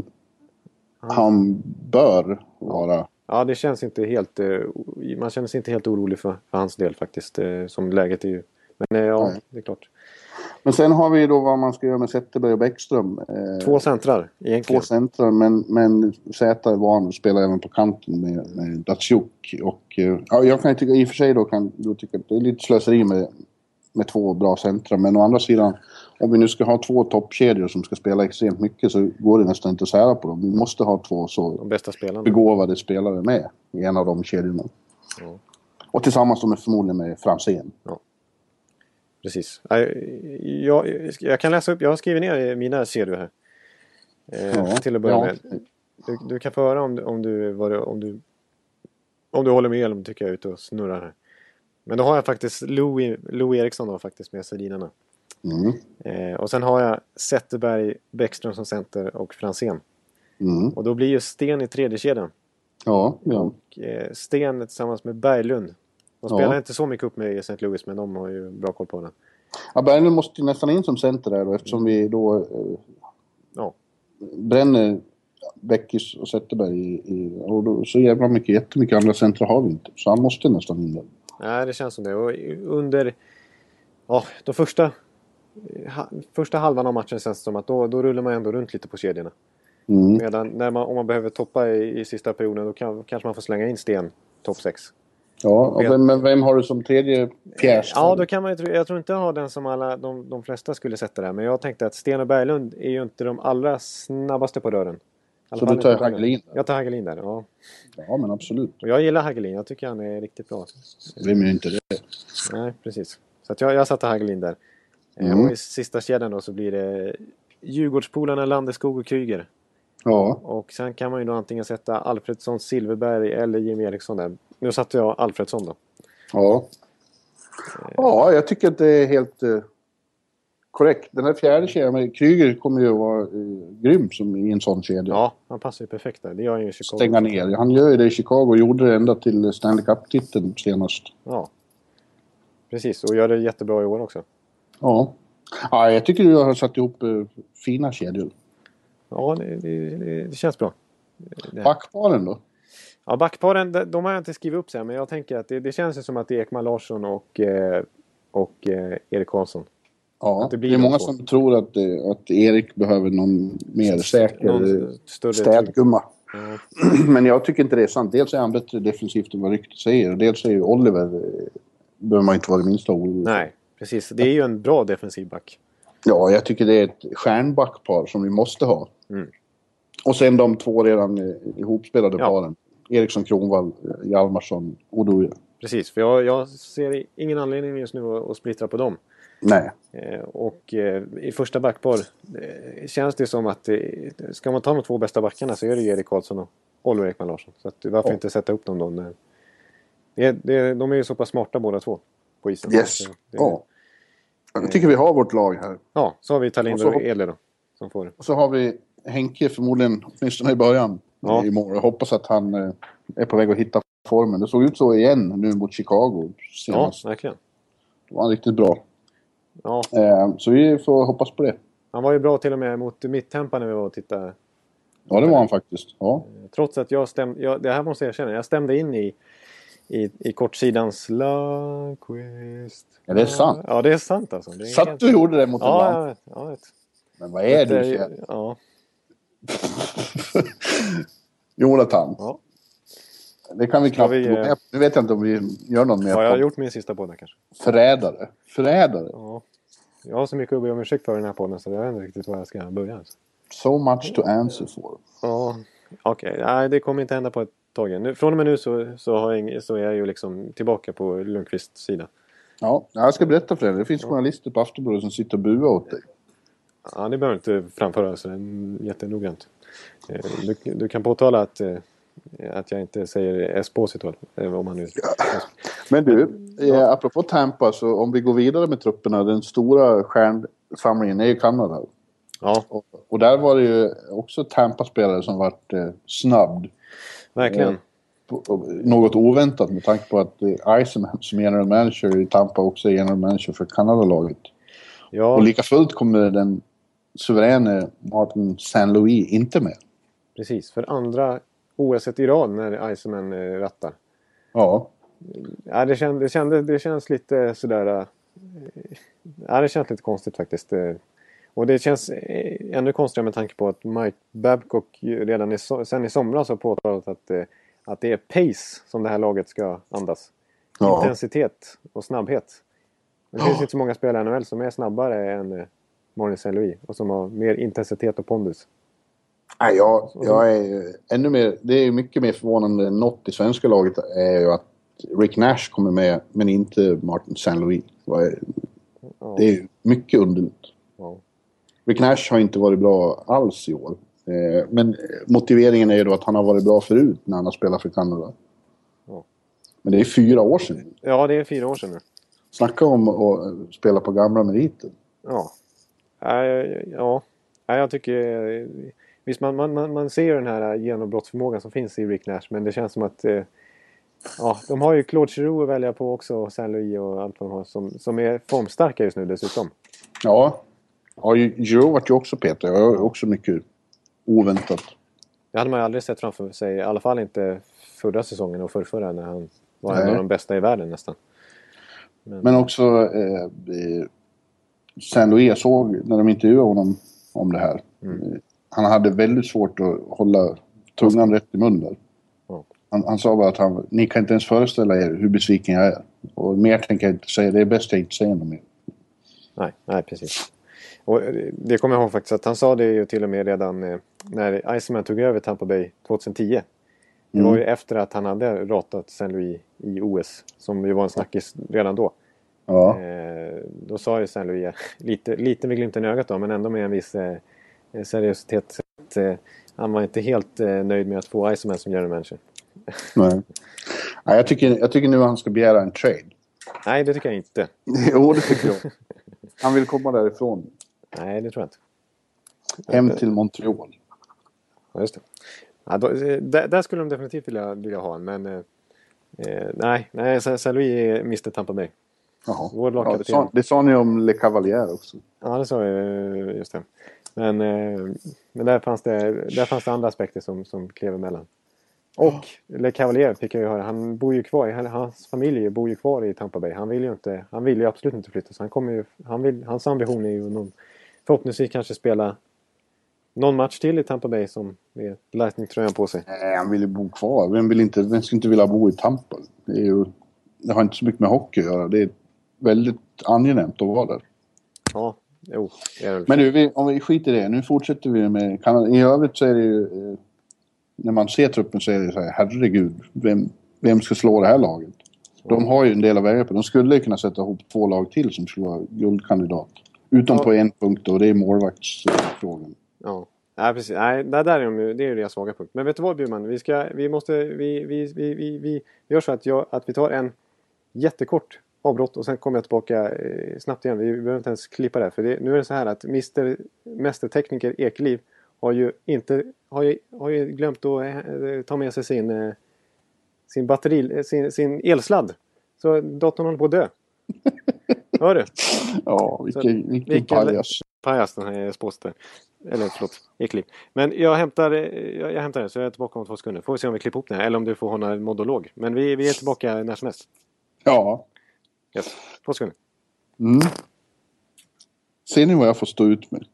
han bör vara... Ja, det känns inte helt... eh, Man känner sig inte helt orolig för, för hans del faktiskt. eh, Som läget är ju. Men eh, ja, Nej. det är klart. Men sen har vi då vad man ska göra med Zetterberg och Bäckström. Eh, Två centrar egentligen. Två centrar, men, men Zäta är van att spela även på kanten med, med Datsjuk. Och eh, ja, jag kan tycka, i och för sig då kan du tycka att det är lite slöseri med, med två bra centrar. Men å andra sidan, om vi nu ska ha två toppkedjor som ska spela extremt mycket så går det nästan inte att sära på dem. Vi måste ha två så De bästa spelarna. begåvade spelare med i en av de kedjorna. Ja. Och tillsammans de är förmodligen med Franzén. Precis. Nej, Jag, jag kan läsa upp, jag har skrivit ner mina serier här. Eh, Ja, till att börja ja. med. Du, du kan få höra om, du- om, du, vad du, om, du, om du håller med eller om du tycker jag är ute och snurrar här. Men då har jag faktiskt Louis, Louis Eriksson då faktiskt med Sedinarna. Mm. Eh, och sen har jag Zetterberg, Bäckström som center och Franzén. Mm. Och då blir ju Sten i tredje kedjan. Ja, ja. Och eh, Sten tillsammans med Berglund. De spelar Ja. inte så mycket upp med Saint Louis, men de har ju bra koll på den. Ja, Berglund måste ju nästan in som center där då, eftersom vi då eh, Ja. bränner Bäckis och Zetterberg i, i, och då, så jävla mycket, jättemycket andra centra har vi inte. Så han måste nästan in där. Nej, det känns som det. Och under ja, de första, ha, första halvan av matchen känns det som att då, då rullar man ändå runt lite på kedjorna. Mm. Medan när man, om man behöver toppa i, i sista perioden, då kan, kanske man får slänga in Sten topp sex. Ja, och vem, men vem har du som tredje pjäs? Ja, då kan man ju, jag tror inte jag har den som alla, de, de flesta skulle sätta där. Men jag tänkte att Sten och Berglund är ju inte de allra snabbaste på dörren. Så du tar Hagelin? Jag tar Hagelin där, ja. Ja, men absolut. Och jag gillar Hagelin, jag tycker han är riktigt bra. Vem är inte det? Nej, precis. Så att jag, jag satte Hagelin där. Mm. Och i sista kedjan då så blir det Djurgårdspolarna Landeskog och Kryger. Ja. Och sen kan man ju då antingen sätta Alfredsson, Silverberg eller Jimmy Eriksson där. Nu satte jag Alfredsson då. Ja. Ja, jag tycker att det är helt uh, korrekt. Den här fjärde kedjan med Kryger kommer ju att vara uh, grym som i en sån kedja. Ja, han passar ju perfekt där. Det gör han ju i Chicago. Stänga ner. Han gör ju det i Chicago och gjorde det ända till Stanley Cup-titeln senast. Ja. Precis, och gör det jättebra i år också. Ja. Ja, jag tycker du har satt ihop uh, fina kedjor. Ja, det, det, det känns bra. Backparen då? Ja, backparen, de, de har jag inte skrivit upp sen. Men jag tänker att det, det känns ju som att det är Ekman Larsson och, eh, och eh, Erik Karlsson. Ja, det, blir det är många som tror att, att Erik behöver någon mer säker någon städgumma. Ja. Men jag tycker inte det är sant. Dels är han bättre defensivt än vad ryktet säger. Och dels är ju Oliver, behöver man inte vara det minsta orolig. Nej, precis. Det är ju en bra defensiv back. Ja, jag tycker det är ett stjärnbackpar som vi måste ha. Mm. Och sen de två redan ihopspelade ja. paren. Eriksson, Kronwall, Hjalmarsson, Oduya. Precis, för jag, jag ser ingen anledning just nu att, att splittra på dem. Nej. Eh, och eh, i första backpar eh, känns det som att eh, ska man ta de två bästa backarna så är det Erik Karlsson och Oliver Ekman Larsson. Så att, varför ja. inte sätta upp dem då? När, det, det, de är ju så pass smarta båda två på isen. Yes, det, ja. Jag tycker vi har vårt lag här. Ja, så har vi Talinder och, och Ele då. Som får. Och så har vi Henke förmodligen, åtminstone i början. Ja. Imorgon. Jag hoppas att han eh, är på väg att hitta formen. Det såg ut så igen nu mot Chicago senast. Ja, verkligen. Det var riktigt bra. Ja. Eh, så vi får hoppas på det. Han var ju bra till och med mot Mittempa när vi var och tittade. Ja, det var han faktiskt. Ja. Trots att jag stämde, jag, det här måste jag erkänna, jag stämde in i, i, i kortsidans Lundqvist. Ja, det är sant. Ja, det är sant alltså. Det är Satt helt... du gjorde det mot en ja, land? Ja, jag vet. Men vad är det, du för... Ja. Jonathan. Ja. Det kan vi knappt vi, gå med. Nu vet jag inte om vi gör någon mer. Ja, jag har gjort min sista podd kanske. Förrädare. Förrädare. Ja. Jag har så mycket att be om ursäkt för den här podden så jag vet inte riktigt var jag ska börja. Alltså. So much to answer for. Ja, okej. Okay. Nej, det kommer inte hända på ett tag nu. Från och med nu så, så, har jag, så är jag ju liksom tillbaka på Lundqvists sida. Ja, jag ska berätta för dig. Det finns ja. journalister på Aftonbladet som sitter och buar åt dig. Ja, det behöver inte framföra så jättenoggrant. Du, du kan påtala att, att jag inte säger Esposito. Om man nu... Men du, ja. apropå Tampa, så om vi går vidare med trupperna, den stora stjärnsamlingen är ju Kanada. Ja. Och, och där var det ju också Tampa-spelare som vart eh, snabbd. Verkligen. Eh, på, något oväntat med tanke på att eh, Eisenman som general manager i Tampa också är general manager för Kanada-laget. Ja. Och lika fullt kommer den suveräne Martin Saint Louis inte med. Precis, för andra O S i rad när Eisenman eh, rattar. Ja. Ja, det, känd, det, kände, det känns lite sådär... Äh, ja, det känns lite konstigt faktiskt. Och det känns äh, ännu konstigare med tanke på att Mike Babcock redan i, sen i somras har påtalat att, äh, att det är pace som det här laget ska andas. Ja. Intensitet och snabbhet. Det finns ja. inte så många spelare i N H L som är snabbare än äh, Martin Saint Louis. Och som har mer intensitet och pondus. Nej, jag, jag är ännu mer... Det är mycket mer förvånande än något i svenska laget är ju att Rick Nash kommer med, men inte Martin Saint Louis. Det är mycket underligt. Ja. Rick Nash har inte varit bra alls i år. Men motiveringen är ju då att han har varit bra förut när han har spelat för Kanada. Ja. Men det är fyra år sedan. Ja, det är fyra år sedan nu. Snacka om att spela på gamla meriter. Ja. Ja, ja. Jag tycker... visst man, man, man, man ser ju den här genombrottsförmågan som finns i Rick Nash, men det känns som att eh, ja, de har ju Claude Giroux att välja på också, och Saint Louis och allt vad de har, som, som är formstarka just nu dessutom. Ja, ja Giroux vart ju också Peter. Jag har också mycket oväntat. Det hade man ju aldrig sett framför sig, i alla fall inte förra säsongen och förrförra, när han var Nej. en av de bästa i världen nästan. Men, Men också eh, Saint Louis såg när de intervjuade honom om det här. Mm. Han hade väldigt svårt att hålla tungan rätt i munnen. Mm. Han, han sa bara att han, ni kan inte ens föreställa er hur besviken jag är. Och mer tänker jag inte säga, det är bäst jag inte säger något mer. Nej, nej, precis. Och det kommer jag ihåg faktiskt, att han sa det ju till och med redan eh, när Iceman tog över Tampa Bay tjugohundratio. Det mm. var ju efter att han hade ratat Saint Louis i O S, som ju var en snackis redan då. Ja. Eh, då sa ju Saint Louis, lite, lite med glimten i ögat då, men ändå med en viss eh, seriositet. Att, eh, han var inte helt eh, nöjd med att få Iceman som general manager. Nej. Nej, jag tycker, jag tycker nu att han ska begära en trade. Nej, det tycker jag inte. Jo, det tycker jag. Han vill komma därifrån. Nej, det tror jag inte. Hem till Montreal. Ja, just det. Ja, då, där, där skulle de definitivt vilja, vilja ha en, men eh, nej, nej, Saint Louis är mister Tampa Bay. Jaha. Ja, det, sa, det sa ni om Le Cavalier också. Ja, det sa jag, just det. Men, eh, men där, fanns det, där fanns det andra aspekter som, som klev emellan. Och oh. Le Cavalier fick jag ju höra, han bor ju kvar, hans familj bor ju kvar i Tampa Bay. Han vill ju inte, han vill ju absolut inte flytta, så han kommer ju, han vill, hans ambition är ju någon, förhoppningsvis kanske spela någon match till i Tampa Bay som med Lightning-tröjan på sig. Nej, han vill ju bo kvar. Vem vill inte, vem ska inte vilja bo i Tampa? Det är ju, det har inte så mycket med hockey att göra. Det är väldigt angenämt att vara där. Ja, jo. Det är väl. Men nu, vi, om vi skiter i det, nu fortsätter vi med Kanada. I övrigt så är det ju, eh, när man ser truppen så är det så här, herregud, vem, vem ska slå det här laget? De har ju en del av vägar på. De skulle kunna sätta ihop två lag till som skulle vara guldkandidat. Utom ja. på en punkt, och det är målvaktsfrågan. Ja, nej, precis. Nej, där, där är de ju, det är ju deras svaga punkt. Men vet du vad, Bjurman? Vi ska, vi måste, vi, vi, vi, vi, vi gör så att, jag, att vi tar en jättekort avbrott och sen kommer jag tillbaka eh, snabbt igen. Vi behöver inte ens klippa det. För det, nu är det så här att mister mästertekniker Ekeliv har ju inte, har ju, har ju glömt att eh, ta med sig sin, eh, sin batteri, sin, sin elsladd. Så datorn håller på att dö. Hör du? Ja, vilken, vilken pajas. Pajas, den här spåsten. Eller förlåt, Ekliv. Men jag hämtar, jag, jag hämtar den, så jag är tillbaka om två sekunder. Får vi se om vi klipper ihop den här, eller om du får hålla en monolog. Men vi, vi är tillbaka när som helst. Ja. Yes. Två sekunder. Mm. Ser ni vad jag får stå ut med?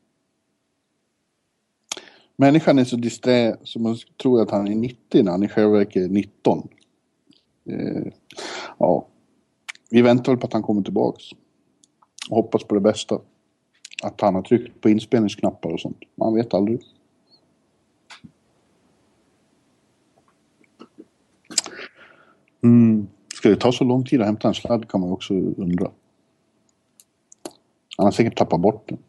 Människan är så disträ som man tror att han är nittio när han i själva verket är nitton. Eh, ja. Vi väntar väl på att han kommer tillbaks. Och hoppas på det bästa. Att han har tryckt på inspelningsknappar och sånt. Man vet aldrig. Mm. Ska det ta så lång tid att hämta en sladd kan man ju också undra. Han har säkert tappat bort den.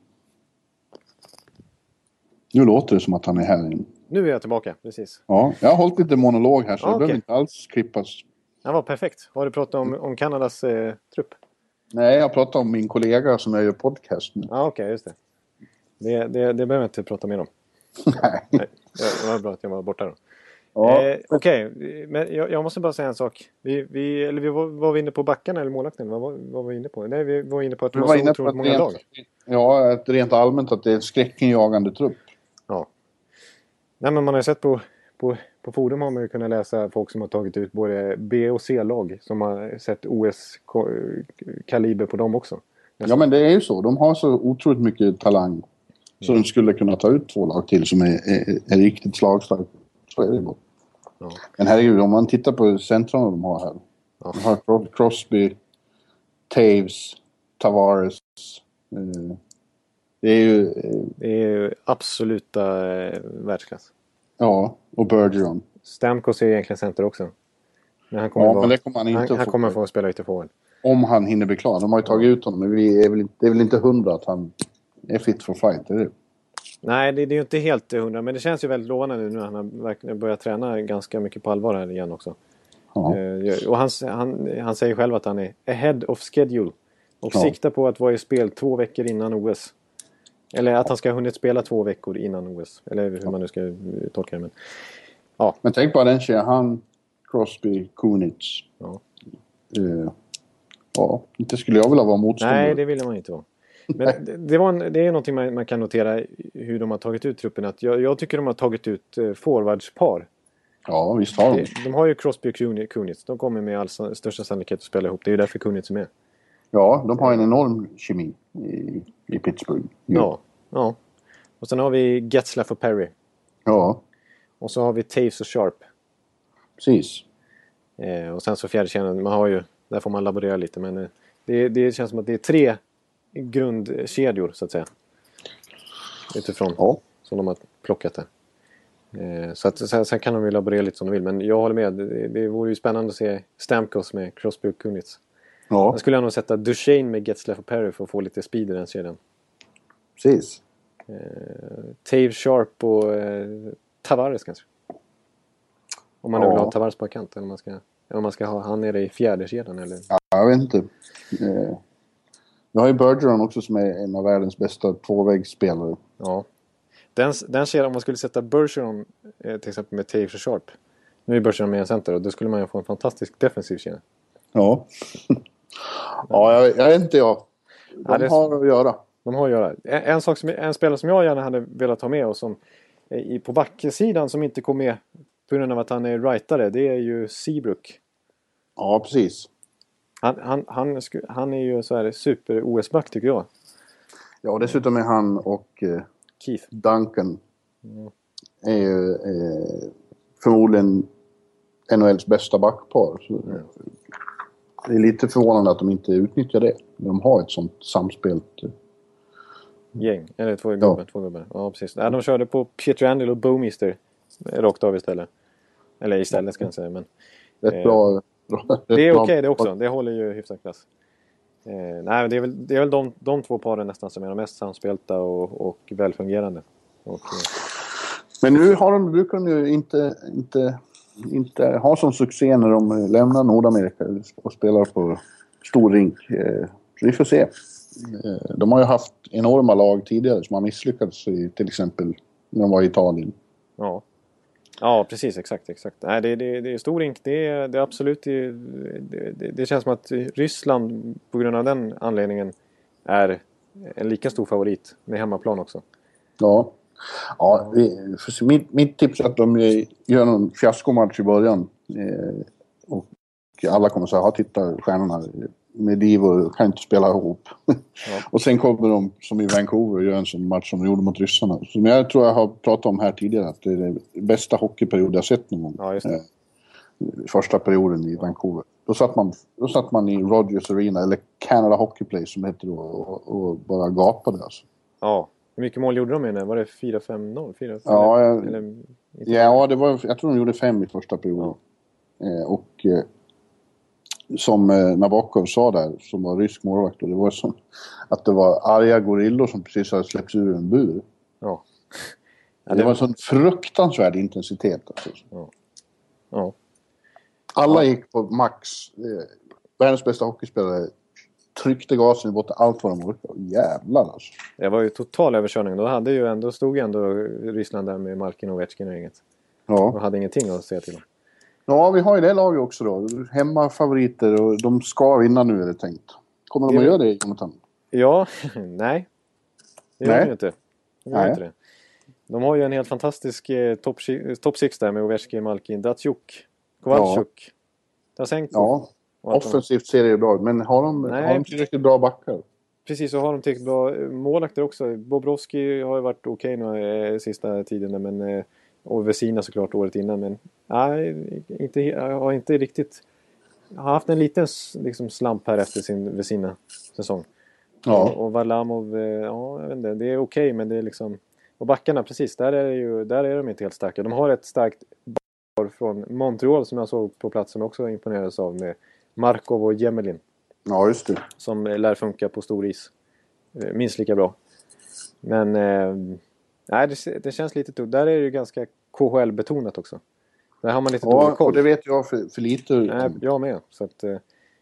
Nu låter det som att han är här igen. Nu är jag tillbaka, precis. Ja, jag har hållit lite monolog här så ah, det okay. behöver inte alls klippas. Det var perfekt. Har du pratat om, om Kanadas eh, trupp? Nej, jag pratar om min kollega som jag gör podcast med. Ja, ah, okej, okay, just det. Det, det. det behöver jag inte prata mer om. Nej. Nej. Det var bra att jag var borta då. Ja. Eh, Okej, okay. Men jag, jag måste bara säga en sak. Vi, vi, eller vi var, var vi inne på backarna eller målvakten? Vad var, vad var vi inne på? Nej, vi var inne på att det var, var så otroligt många rent, lag. Ja, ett rent allmänt att det är en skräckinjagande trupp. Ja. Nej, men man har ju sett på, på, på forum har man ju kunnat läsa folk som har tagit ut både B- och C-lag som har sett O S-kaliber på dem också. Nästan. Ja, men det är ju så. De har så otroligt mycket talang. Så mm. de skulle kunna ta ut två lag till som är, är, är riktigt slagstarka. Så är det bara. Ja. Men herregud, om man tittar på centrarna de har här. Ja. De har Crosby, Taves, Tavares. Eh, det är ju... Eh, det är ju absoluta eh, världsklass. Ja, och Bergeron. Stamkos är egentligen center också. Men han kommer, ja, vara, men det kommer han inte han, få. Han kommer få spela ytterforward. Om han hinner bli klar. De har ju tagit ja. ut honom. Men vi är väl, det är väl inte hundra att han är fit for fight, är det? Nej, det, det är ju inte helt hundra. Men det känns ju väldigt lovande nu när han har verkligen börjat träna ganska mycket på allvar här igen också. Ja. Uh, och han, han, han säger själv att han är ahead of schedule. Och ja. siktar på att vara i spel två veckor innan O S. Eller att han ska ha hunnit spela två veckor innan O S. Eller hur man nu ska tolka det. Men, ja. men tänk på den tjejen. Han, Crosby, Kunitz. Ja. Uh, ja, inte skulle jag vilja vara motståndare. Nej, det vill man inte vara. Men det, det, var en, det är någonting man, man kan notera hur de har tagit ut truppen. Att jag, jag tycker de har tagit ut eh, forwardspar. Ja, visst har de. De, de har ju Crosby och Kunitz. De kommer med all största sannolikhet att spela ihop. Det är ju därför Kunitz är med. Ja, de har en enorm kemi i, i Pittsburgh. Ja. ja, ja. Och sen har vi Getzlaff och Perry. Ja. Och så har vi Taves och Sharp. Precis. Eh, och sen så fjärdekedjan, man har ju, där får man laborera lite. Men eh, det, det känns som att det är tre grundkedjor så att säga. Utifrån ja. som de har plockat det. Eh, så att sen, sen kan de ju laborera lite som de vill. Men jag håller med, det, det vore ju spännande att se Stamkos med Crosby och Kunitz. Ja. Jag skulle nog sätta Duchene med Getzlaff och Perry för att få lite speed i den kedjan. Precis. Eh, Taves, Sharp och eh, Tavares kanske. Om man ja. nu vill ha Tavares på kant. Eller om man ska, eller om man ska ha han nere i fjärde kedjan eller? Ja, jag vet inte. Eh, vi har ju Bergeron också som är en av världens bästa tvåvägsspelare. Ja. Den, den kedjan, om man skulle sätta Bergeron eh, till exempel med Taves och Sharp. Nu är Bergeron med en center och då skulle man ju få en fantastisk defensiv kedja. Ja. ja, jag, jag vet inte jag. De ja, det, har att göra. De har att göra. En, en, sak som, en spelare som jag gärna hade velat ha med och som i, på backsidan som inte kom med på grund av att han är rightare, det är ju Seabrook. Ja, precis. Han, han, han, han är ju så här super-O S-back tycker jag. Ja, och dessutom är han och eh, Keith Duncan mm. är ju eh, förmodligen N H L:s bästa backpar. Så, mm. Det är lite förvånande att de inte utnyttjar det. De har ett sånt samspelt gäng. Eller två gubbar. Ja. Två gubbar. Ja, precis. Ja, de körde på Pietrangelo och Bouwmeester rakt av istället. Eller istället ska jag säga. Men, rätt eh, bra. Rätt det är okej okay, det också. Det håller ju hyfsat klass. Eh, nej, det är väl, det är väl de, de två paren nästan som är de mest samspelta och, och välfungerande. Och, eh. Men nu har de, brukar de ju inte, inte, inte ha som succé när de lämnar Nordamerika och spelar på stor rink. Eh, så vi får se. Eh, de har ju haft enorma lag tidigare som har misslyckats i, till exempel när de var i Italien. Ja. Ja, precis. Exakt. exakt. Nej, det, det, det är stor rink. Det är, det är absolut... Det, det, det känns som att Ryssland på grund av den anledningen är en lika stor favorit med hemmaplan också. Ja. Ja, vi, för mitt, mitt tips är att de gör någon fiaskomatch i början. Eh, och alla kommer säga, ja titta stjärnorna. Medivor kan inte spela ihop. Ja. Och sen kommer de som i Vancouver och gör en sån match som de gjorde mot ryssarna. Som jag tror jag har pratat om här tidigare. Att det är den bästa hockeyperiod jag sett någon gång. Ja, just det. Eh, första perioden i Vancouver. Då satt man, då satt man i Rogers Arena eller Canada Hockey Place som heter då. Och, och bara gapade alltså. Ja. Hur mycket mål gjorde de med det? Var det fyra fem noll? fyra, ja, eller, jag, eller, ja det var, jag tror de gjorde fem i första perioden. Ja. Eh, och eh, som eh, Nabokov sa där, som var rysk målvakt, det var som att det var arga gorillor som precis hade släppts ur en bur. Ja. Ja, det, det var en sån fruktansvärd intensitet. Alltså. Ja. Ja. Alla ja. gick på max. Eh, världens bästa hockeyspelare tryckte gasen i botten, allt vad de orkade. Jävlar alltså. Det var ju total överkörning. Då hade ju ändå, stod ju ändå Ryssland där med Malkin och Ovechkin och inget. Ja. De hade ingenting att säga till. Ja, vi har ju det laget också då. Hemmafavoriter och de ska vinna nu är det tänkt. Kommer de att göra det, Jonathan? Ja, nej. Det gör de ju inte. De gör nej. inte det. De har ju en helt fantastisk eh, topp top six där med Ovechkin, Malkin, Datsjuk, Kovalchuk, ja. Tasenko. Ja, offensivt ser det bra ut. Men har de, har de tillräckligt bra backar? Precis, så har de tillräckligt bra målakter också. Bobrovski har ju varit okej okay nu eh, sista tiden, men eh, och Vesina såklart året innan, men nej, inte, jag har inte riktigt har haft en liten liksom, slamp här efter sin Vesina-säsong. Ja. Och, och Varlamov, ja, jag vet inte, det är okej, okay, men det är liksom och backarna, precis, där är, det ju, där är de inte helt starka. De har ett starkt bar från Montreal som jag såg på plats som också imponerades av med Markov och Jemelin. Ja, just det. Som lär funka på stor is. Minst lika bra. Men eh, nej, det, det känns lite tungt. Där är det ju ganska K H L-betonat också. Där har man lite ja, dålig koll. Och det vet jag för, för lite. Nej, jag med. Så att, eh,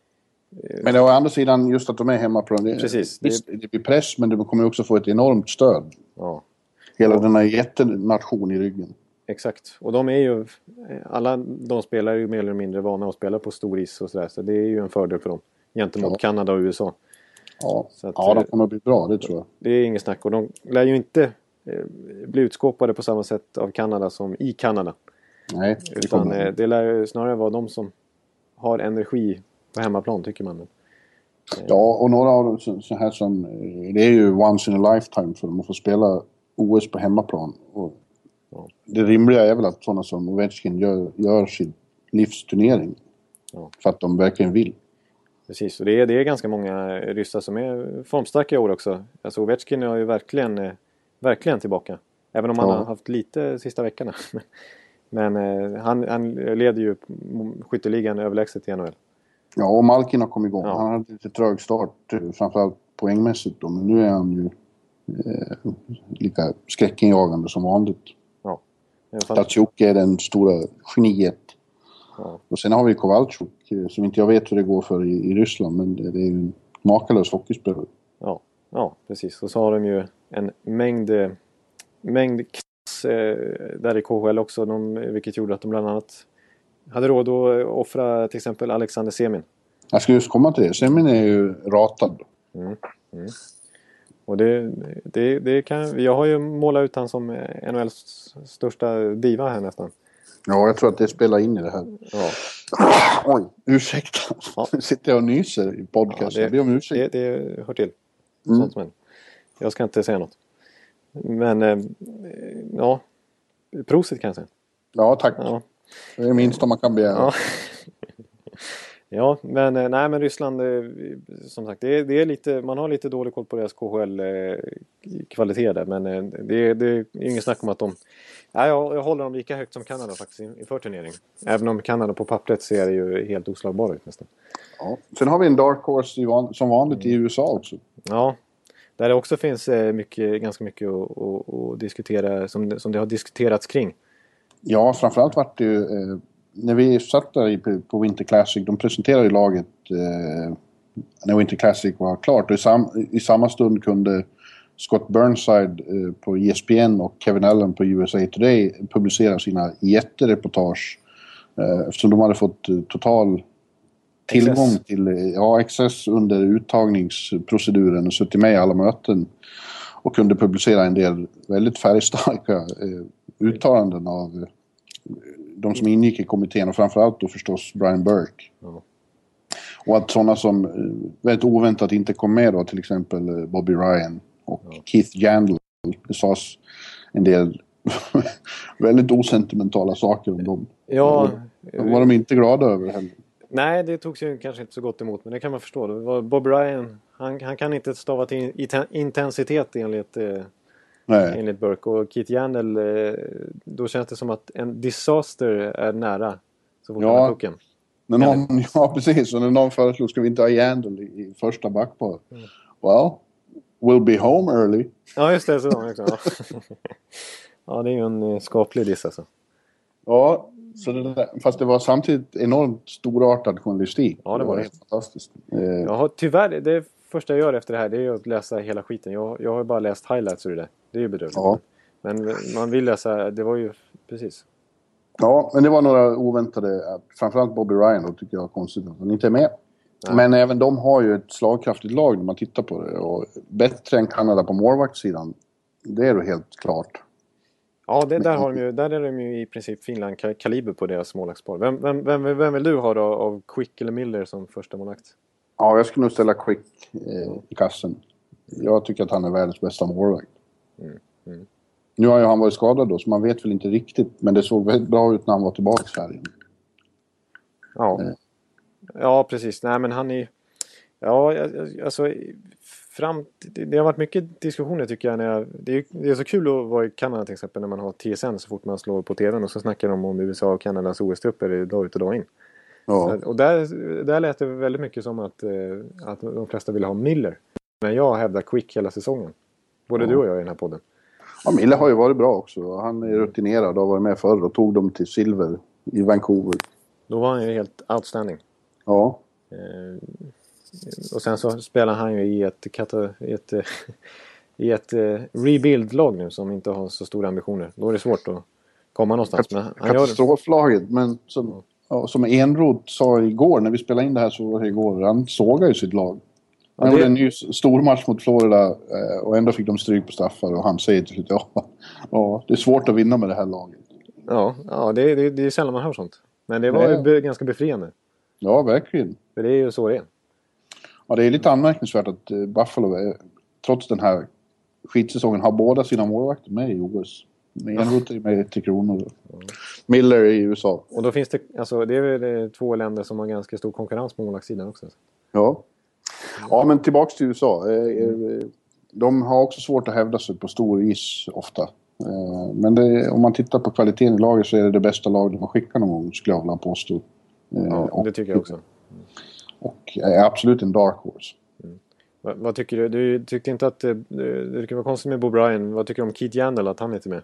Men det var å andra sidan just att de är hemmaplan. Det, Precis. Visst, det, det blir press, men de kommer också få ett enormt stöd. Ja. Hela den här jättenation i ryggen. Exakt. Och de är ju, alla de spelar ju mer eller mindre vana att spela på stor is och sådär. Så det är ju en fördel för dem. Gentemot Ja. Kanada och U S A. Ja, Så att, ja de kommer att bli bra, det tror jag. Det är inget snack. Och de lär ju inte eh, bli utskåpade på samma sätt av Kanada som i Kanada. Nej, det Utan kommer. eh, det lär ju snarare vara de som har energi på hemmaplan, tycker man. Ja, och några av dem så, så här som... eh, Det är ju once in a lifetime för dem att få spela O S på hemmaplan. Och Ja. det rimliga är väl att sådana som Ovechkin gör, gör sin livsturnering. Ja. För att de verkligen vill. Precis, och det är, det är ganska många ryssar som är formstarka i år också. Alltså Ovechkin är ju verkligen, eh, verkligen tillbaka. Även om han Ja. har haft lite sista veckorna. Men eh, han, han leder ju skytteligan överlägset i N H L. Ja, och Malkin har kommit igång. Ja. Han hade lite trög start, eh, framförallt poängmässigt då. Men nu är han ju eh, lika skräckinjagande som vanligt. Ja. Fan, Datsjuk är den stora geniet. ja. Och sen har vi Kovalchuk, eh, som inte jag vet hur det går för i, i Ryssland. Men det, det är ju en makalös hockeyspelare. Ja, ja, precis. Och så har de ju en mängd, eh, mängd klass eh, där i K H L också. De, vilket gjorde att de bland annat hade råd att offra till exempel Alexander Semin. Jag ska just komma till det. Semin är ju ratad. Mm. Mm. Och det, det, det kan, jag har ju målat ut han som N H L:s största diva här nästan. Ja, jag tror att det spelar in i det här. Ja, Oj, ursäkta. Ja. Nu sitter jag och nyser i podcasten. Ja, jag ber om ursäkt. det, det hör till. Mm. Sånt som händer. Jag ska inte säga något. Men eh, ja, prosit kan jag säga. Ja, tack. Ja. Det är det minsta man kan begära. Ja. Ja, men eh, nej, men Ryssland eh, som sagt, det är, det är lite, man har lite dålig koll på deras K H L-kvalitet där, men eh, det, är, det är ingen snack om att de, nej, jag, jag håller dem lika högt som Kanada faktiskt inför turnering. Även om Kanada på pappret ser ju helt oslagbara ut nästan. Ja. Sen har vi en dark horse i van, som vanligt i U S A också. Ja, där det också finns eh, mycket, ganska mycket att, att, att diskutera, som, som det har diskuterats kring. Ja, framförallt vart det ju... Eh, när vi satt där i, på Winter Classic, de presenterade ju laget eh, när Winter Classic var klart. Och i, sam, i samma stund kunde Scott Burnside eh, på E S P N och Kevin Allen på U S A Today publicera sina jättereportage. Eh, eftersom de hade fått eh, total tillgång Access. till eh, ja, access under uttagningsproceduren och suttit med i alla möten. Och kunde publicera en del väldigt färgstarka eh, uttalanden av eh, de som ingick i kommittén och framförallt då förstås Brian Burke. Ja. Och att sådana som eh, väldigt oväntat inte kom med då, till exempel eh, Bobby Ryan och Ja. Keith Yandle. Det sades en del väldigt osentimentala saker om dem. Ja, De var de inte glada över heller. nej, det togs ju kanske inte så gott emot, men det kan man förstå. Det var Bob Ryan, han, han kan inte stava till iten- intensitet enligt, eh, Nej. enligt Burke. Och Keith Yandle, eh, då känns det som att en disaster är nära så fort Ja. han har pucken. När någon, ja, precis. Och när någon föreslog ska vi inte ha Yandle i, i första backpar. Mm. Well, we'll be home early. Ja, just det. Så, liksom, ja. Ja, det är ju en eh, skaplig diss alltså. Ja, så det där, fast det var samtidigt enormt storartad journalistik. Ja, det var det. helt fantastiskt. Eh, Jag har tyvärr, det första jag gör efter det här, det är ju att läsa hela skiten. Jag, jag har ju bara läst highlights ur det. Det är ju bedrövligt. Ja. Men man vill läsa, det var ju precis. Ja, men det var några oväntade, framförallt Bobby Ryan då tycker jag är konstigt att han inte är med. Nej. Men även de har ju ett slagkraftigt lag när man tittar på det. Och bättre än Kanada på målvaktssidan, det är då helt klart. Ja, det, där, har de ju, där är de ju i princip Finland ka- kaliber på deras målvaktspar. Vem, vem, vem, vem vill du ha då av Quick eller Miller som första målvakt? Ja, jag skulle nog ställa Quick eh, i kassen. Jag tycker att han är världens bästa målvakt. Mm, mm. Nu har ju han varit skadad då, så man vet väl inte riktigt. Men det såg väldigt bra ut när han var tillbaka här. Ja. Mm. Ja, precis. Nej, men han är... Ja, alltså... Fram, det, det har varit mycket diskussioner tycker jag. När jag det, är, det är så kul att vara i Kanada till exempel när man har T S N så fort man slår på tvn och så snackar de om U S A och Kanadas O S-trupper dag ut och dag in. Ja. Så, och där, där lät det väldigt mycket som att, eh, att de flesta vill ha Miller. Men jag hävdar Quick hela säsongen. Både Ja. du och jag i den här podden. Ja, Mille har ju varit bra också. Han är rutinerad och har varit med förr och tog dem till silver i Vancouver. Då var han ju helt outstanding. Ja. Eh, och sen så spelar han ju i ett, kata, i ett, i ett uh, rebuild-lag nu som inte har så stora ambitioner. Då är det svårt att komma någonstans. Kat- Men han katastroflaget, gör... men som, ja. Ja, som Enroth sa igår, när vi spelade in det här så var det igår, han sågar ju sitt lag. Han ja, gjorde det... en ny stormatch mot Florida eh, och ändå fick de stryk på straffar och han säger till slut, ja, ja, det är svårt att vinna med det här laget. Ja, ja det, det, det är sällan man hör sånt. Men det var ju be, ganska befriande. Ja, verkligen. För det är ju så det är. Ja, det är lite anmärkningsvärt att eh, Buffalo, eh, trots den här skitsäsongen, har båda sina målvakter med i O S. Enroth är med till kronor. Ja. Miller i U S A. Och då finns det, alltså det är väl två länder som har ganska stor konkurrens på målvaktssidan också. Ja. Ja, men tillbaks till U S A. De har också svårt att hävda sig på stor is ofta. Men det, om man tittar på kvaliteten i laget så är det det bästa lag de har skickat någon gång, skulle jag vilja påstå. Ja, det tycker jag också. Och är absolut en dark horse. Mm. Vad, vad tycker du? Du tyckte inte att det, det kan vara konstigt med Bo Bryan. Vad tycker du om Keith Yandel, att han är inte med?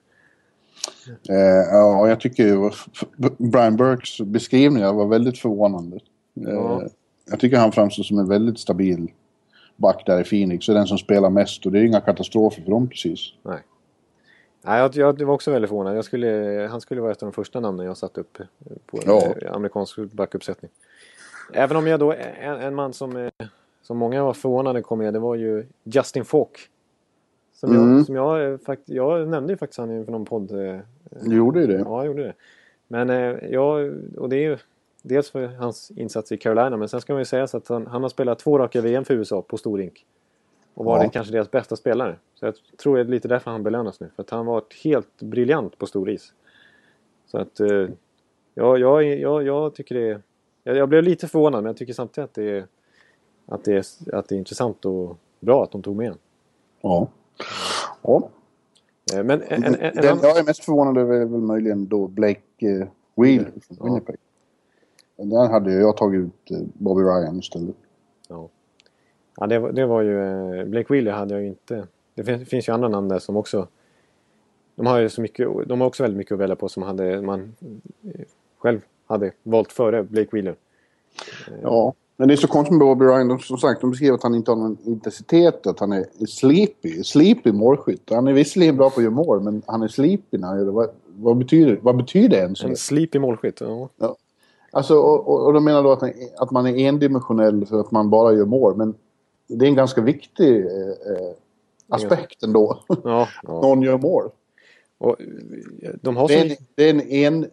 Eh, ja, jag tycker ju Brian Burkes beskrivningar var väldigt förvånande. Ja. Eh, jag tycker han framstår som en väldigt stabil back där i Phoenix. Och den som spelar mest. Och det är inga katastrofer för dem precis. Nej. Nej, jag, jag var också väldigt förvånad. Jag skulle, han skulle vara ett av de första namnen jag satt upp på ja. en amerikansk backuppsättning. Även om jag då, en, en man som, som många var förvånade kom med, det var ju Justin Falk. Som, mm. jag, som jag, fakt, jag nämnde ju faktiskt han inför någon podd. Du gjorde ju det. Ja, jag gjorde det. Men jag, och det är ju dels för hans insats i Carolina, men sen ska man ju säga så att han, han har spelat två raka V M för U S A på stor rink. Och var ja. det kanske deras bästa spelare. Så jag tror det är lite därför han belönas nu. För att han var helt briljant på stor is. Så att ja, jag, jag, jag tycker det är... Jag, jag blev lite förvånad, men jag tycker samtidigt att det är, att det är, att det är intressant och bra att de tog med den. Ja. Ja. Men en, en, en, den en, jag är mest förvånad över väl möjligen då Blake uh, Wheeler från Winnipeg. Ja. Där hade jag tagit ut uh, Bobby Ryan istället. Ja. Ja, det var, det var ju... Blake Wheeler hade jag ju inte... Det finns, finns ju andra namn där som också... De har ju så mycket... De har också väldigt mycket att välja på som hade, man själv hade valt före Blake Wheeler. Ja, men det är så konstigt med Bobby Ryan. De, som sagt, de beskriver att han inte har någon intensitet. Att han är sleepy. Sleepy målskytt. Han är visserligen bra på att göra mål, men han är sleepy när han gör det. Vad, vad, betyder, vad betyder ens det? En sleepy målskytt, ja. ja. Alltså, och, och, och de menar då att, att man är endimensionell för att man bara gör mål. Men det är en ganska viktig eh, aspekt ändå. Ja, ja. Någon gör mål. Och de har så... det, är en, det är en, en,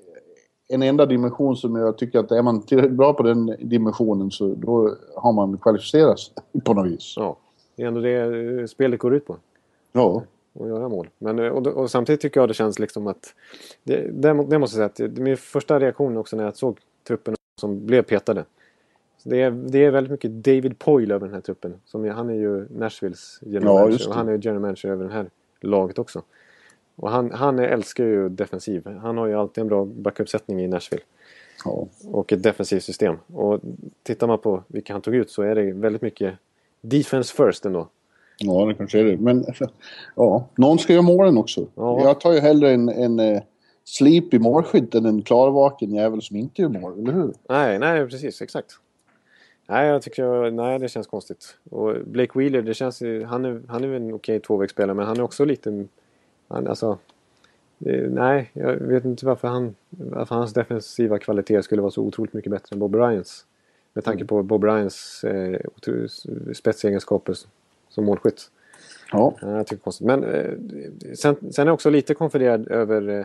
en enda dimension som jag tycker att är man tillräckligt bra på den dimensionen så då har man kvalificerats på något vis. Ja, det är ändå det spelet går ut på. Ja. Och göra mål. Men, och, och samtidigt tycker jag det känns liksom att det, det, det måste jag säga att min första reaktion också när jag såg truppen som blev petade. Det är, det är väldigt mycket David Poyle över den här truppen. Som, han är ju Nashvilles general ja, manager och han är ju general manager över den här laget också. Och han, han älskar ju defensiv. Han har ju alltid en bra backuppsättning i Nashville. Ja. Och ett defensivt system. Och tittar man på vilka han tog ut så är det väldigt mycket defense first ändå. Ja, det kanske är det. Men ja, någon ska göra målen också. Ja. Jag tar ju hellre en, en uh, sleepy målskytt än en klarvaken jävel som inte gör mål, eller hur? Nej, nej, precis, exakt. Nej, jag tycker nej, det känns konstigt. Och Blake Wheeler, det känns han är han är en okej tvåvägsspelare, men han är också lite han, alltså det, nej, jag vet inte varför han varför hans defensiva kvaliteter skulle vara så otroligt mycket bättre än Bob Ryans. Med tanke på Bob Ryans eh, spetsegenskaper som målskytt. Ja. ja. Jag tycker konstigt. Men eh, sen, sen är jag också lite konfunderad över eh,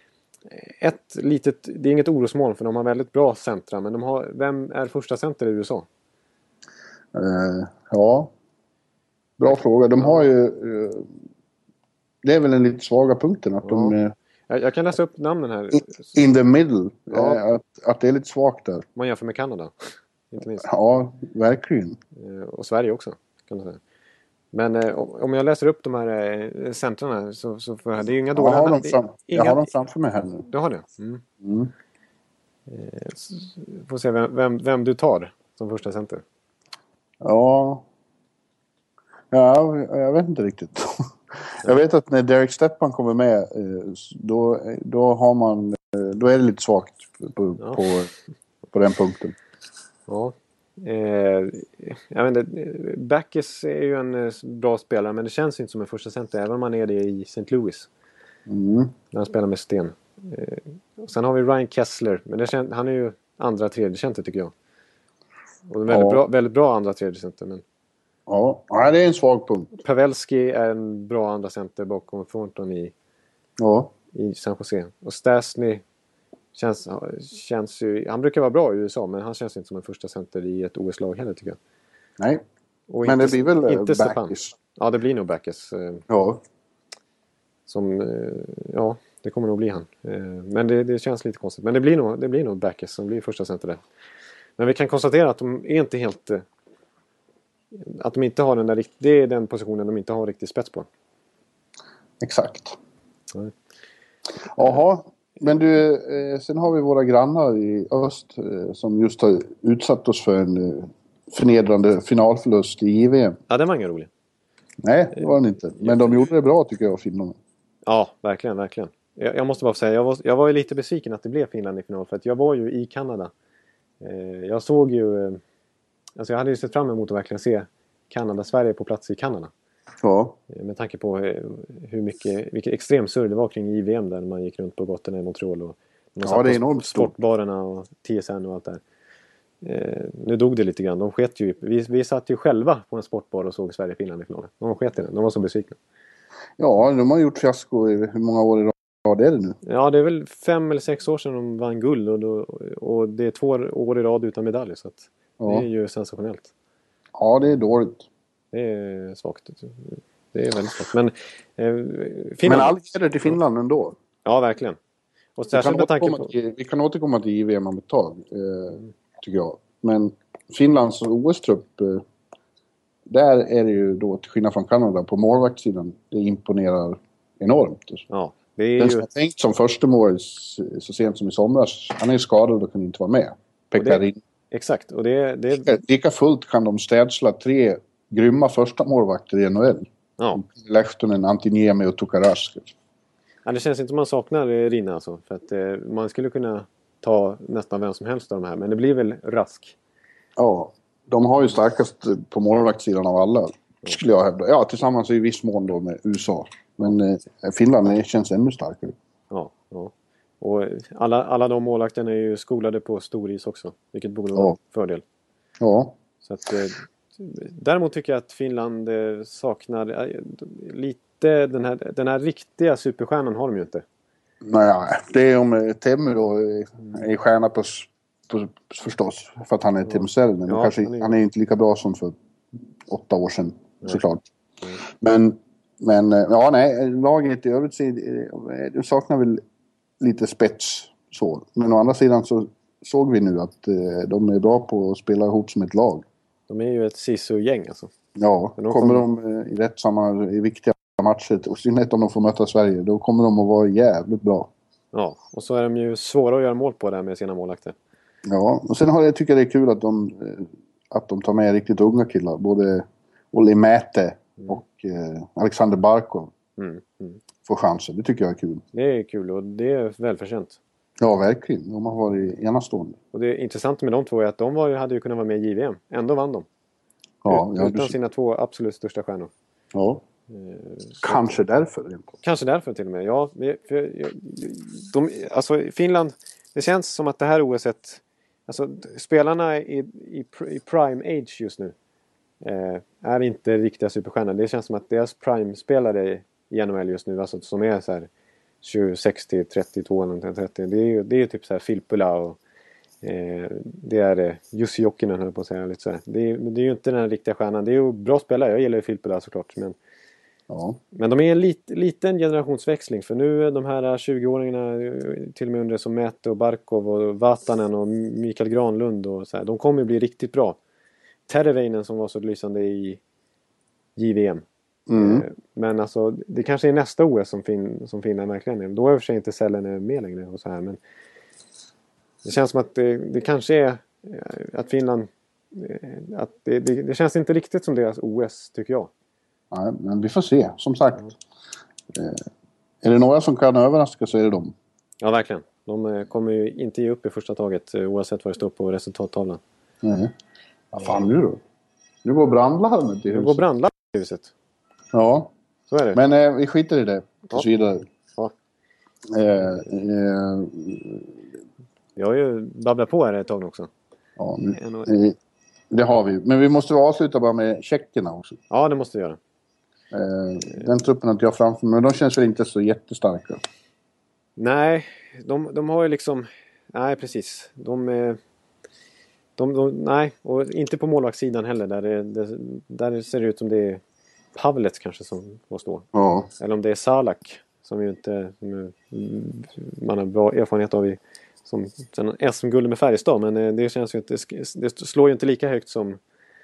ett litet, det är inget orosmoln för de har väldigt bra centra, men de har, vem är första center i U S A? Uh, ja, bra fråga. De har ju, uh, det är väl en lite svaga punkten att ja. de... Uh, jag, jag kan läsa upp namnen här. In, in the middle, ja. uh, att, att det är lite svagt där. Man jämför med Kanada, inte minst. Ja, verkligen. Uh, och Sverige också, kan man säga. Men eh, om jag läser upp de här eh, centrarna så, så för, det är ju inga dåliga... Jag har, dem fram, inga, jag har dem framför mig här nu. Du har det? Mm. Mm. Eh, får se vem, vem, vem du tar som första center. Ja... Ja, jag vet inte riktigt. Jag vet att när Derek Stepan kommer med då, då har man... Då är det lite svagt på, ja. på, på den punkten. Ja. Eh, jag vet inte, Backes är ju en eh, bra spelare, men det känns inte som en första center, även om man är det i Saint Louis. Mm. När han spelar med Sten. Eh, och sen har vi Ryan Kessler, men det kän, han är ju andra tredje center tycker jag. Och en väldigt, Ja. bra, väldigt bra andra tredje center, men Ja, ja, det är en svag punkt. Pavelski är en bra andra center bakom Thornton i, Ja. i San Jose. Och Stastny känns, känns ju... Han brukar vara bra i U S A, men han känns inte som en första center i ett O S-lag heller tycker jag. Nej, Och men inte, det blir väl inte Backes. Ja, det blir nog Backes. Eh, Ja. som, eh, ja, det kommer nog bli han. Eh, men det, det känns lite konstigt. Men det blir nog, det blir nog Backes som blir första center där. Men vi kan konstatera att de är inte helt... Eh, att de inte har den där... Det är den positionen de inte har riktigt spets på. Exakt. Nej. Jaha, men du, eh, sen har vi våra grannar i öst eh, som just har utsatt oss för en eh, förnedrande finalförlust i J V M. Ja, den var ingen rolig. Nej, det var den inte. Men de gjorde det bra tycker jag, finnarna. Ja, verkligen, verkligen. Jag, jag måste bara säga, jag var, jag var ju lite besviken att det blev Finland i final. För att jag var ju i Kanada. Eh, jag såg ju... Eh, alltså jag hade ju sett fram emot att verkligen se Kanada-Sverige på plats i Kanada. Ja. Eh, med tanke på eh, hur mycket, vilket extremt surr det var kring I V M där man gick runt på gatorna i Montreal. Och man Ja, det är på enormt stort. sportbarerna och T S N och allt där. Eh, nu dog det lite grann. De sket ju, vi, vi satt ju själva på en sportbar och såg Sverige-Finland i finalen. De sket i den. De var så besvikna. Ja, de har gjort fiasko i hur många år i rad är det nu? Ja, det är väl fem eller sex år sedan de vann guld. Och, då, och det är två år i rad utan medalj. Så att Ja. det är ju sensationellt. Ja, det är dåligt. Det är svagt. Det är väldigt svagt. Men, eh, Finland, Men all heder till Finland ändå. Ja, verkligen. Och Vi särskilt kan, med tanke återkomma på... till, vi kan återkomma till J V M om ett tag, eh, tycker jag. Men Finlands O S-trupp, eh, där är det ju då, till skillnad från Kanada, på målvaktssidan, det imponerar enormt. Ja, det är Den ju... som har tänkt som första mål så sent som i somras, han är skadad och kan inte vara med. Pekarin. Exakt. Och det, det... Lika, lika fullt kan de städsla tre grymma första målvakter i N H L. Ja. Lehtonen, Antiniemi och Tukarask. Ja, det känns inte som man saknar eh, Rina alltså. För att eh, man skulle kunna ta nästan vem som helst av de här. Men det blir väl Rask. Ja, de har ju starkast på målvaktssidan av alla, skulle jag hävda. Ja, tillsammans i viss mån då med U S A. Men eh, Finland känns ännu starkare. Ja, ja. Och alla, alla de målvakterna är ju skolade på storis också. Vilket borde vara Ja. en fördel. Ja, Så att, eh, däremot tycker jag att Finland eh, saknar eh, lite den här, den här riktiga superstjärnan har de ju inte. nej, det är om eh, Temu då eh, är stjärna på, på förstås. För att han är Temu Selden. Men Ja, kanske, han är- han är inte lika bra som för åtta år sedan, såklart. Nej. Men, men eh, ja, nej, laget i övrigt så, eh, det saknar väl lite spets så. Men å andra sidan så såg vi nu att eh, de är bra på att spela ihop som ett lag. De är ju ett sisu-gäng alltså. Ja, Men de kommer kommer- de eh, i rätt sammanhang i viktiga matcher, och i synnerhet om de får möta Sverige, då kommer de att vara jävligt bra. Ja, och så är de ju svåra att göra mål på där med sina målvakter. Ja, och sen har jag tycker det är kul att de, eh, att de tar med riktigt unga killar. Både Olli Mäte och eh, Alexander Barkov Mm, mm. får chanser. Det tycker jag är kul. Det är kul och det är välförtjänt. Ja, verkligen. De har varit enastående. Och det intressanta med de två är att de var, ju- hade ju kunnat vara med i J V M. Ändå vann de. Ja, Ut, ja, utan du, sina två absolut största stjärnor. ja. Eh, så- Kanske därför. Kanske därför till och med. Ja, men- för, jag- de, alltså Finland, det känns som att det här O S:et, alltså spelarna i, i, i prime age just nu eh, är inte riktiga superstjärnor. Det känns som att deras prime-spelare i N H L just nu, alltså som är så här tjugosex till trettiotvå eller trettio, det är ju det är ju typ så här Filppula och eh, det är eh, Jussi Jokinen, höll jag på att säga lite så här. Det är, det är ju inte den här riktiga stjärnan. Det är ju bra spelare. Jag gillar ju Filppula såklart, men Ja. men de är en lit, liten generationsväxling. För nu är de här tjugo-åringarna, till och med under som Mäte och Barkov och Vatanen och Mikael Granlund och så här, de kommer bli riktigt bra. Terveinen som var så lysande i J V M. Mm. Eh, Men alltså, det kanske är nästa O S som, fin, som Finland verkligen är. Då är i och för sig inte Sällen är med längre och så här. Men det känns som att det, det kanske är eh, att Finland... eh, Att det, det, det känns inte riktigt som deras O S, tycker jag. Nej, men vi får se, som sagt. Eh, är det några som kan överraska så är det dem. Ja, verkligen. De eh, kommer ju inte ge upp i första taget, eh, oavsett vad det står på resultattavlan. Mm. Vad fan nu då? Nu går brandlarmet i huset. Nu går brandlarmet i huset. Ja. Så är det. Men eh, vi skiter i det. Ja. Så vidare. Ja. Eh, eh, Jag har ju babblat på här ett tag också. ja, eh, det har vi. Men vi måste avsluta bara med tjeckerna också. Ja, det måste vi göra. Eh, den truppen har inte jag framför mig. Men de känns väl inte så jättestarka. Nej, de, de har ju liksom... Nej, precis. De, de, de, de... Nej, och inte på målvaktssidan heller. Där det, det, där ser det ut som det är Pavlets kanske som får stå. Ja. Eller om det är Salak som ju inte... Som man har bra erfarenhet av i... Som S M-guld med Färjestad. Men det känns ju inte... Det slår ju inte lika högt som...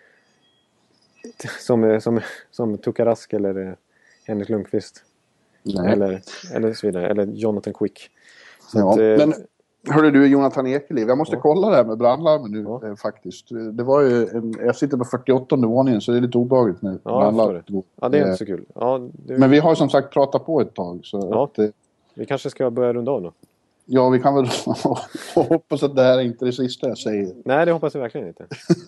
Som, som, som Tukarask eller Henrik Lundqvist. Nej. Eller, eller så vidare. Eller Jonathan Quick. Så Ja, att, men hörde du Jonathan Ekeliv, jag måste ja. kolla det här med brandlarmen nu Ja. eh, faktiskt. Det var ju en, jag sitter på fyrtioåttonde våningen så det är lite obehagligt när Ja, brandlarmet det. går. Ja, det är Eh, inte så kul. Ja, det, Men vi har som sagt pratat på ett tag så Ja. att, eh, vi kanske ska börja runda av då. ja, vi kan väl hoppas att det här är inte det sista jag säger. Nej, det hoppas jag verkligen inte.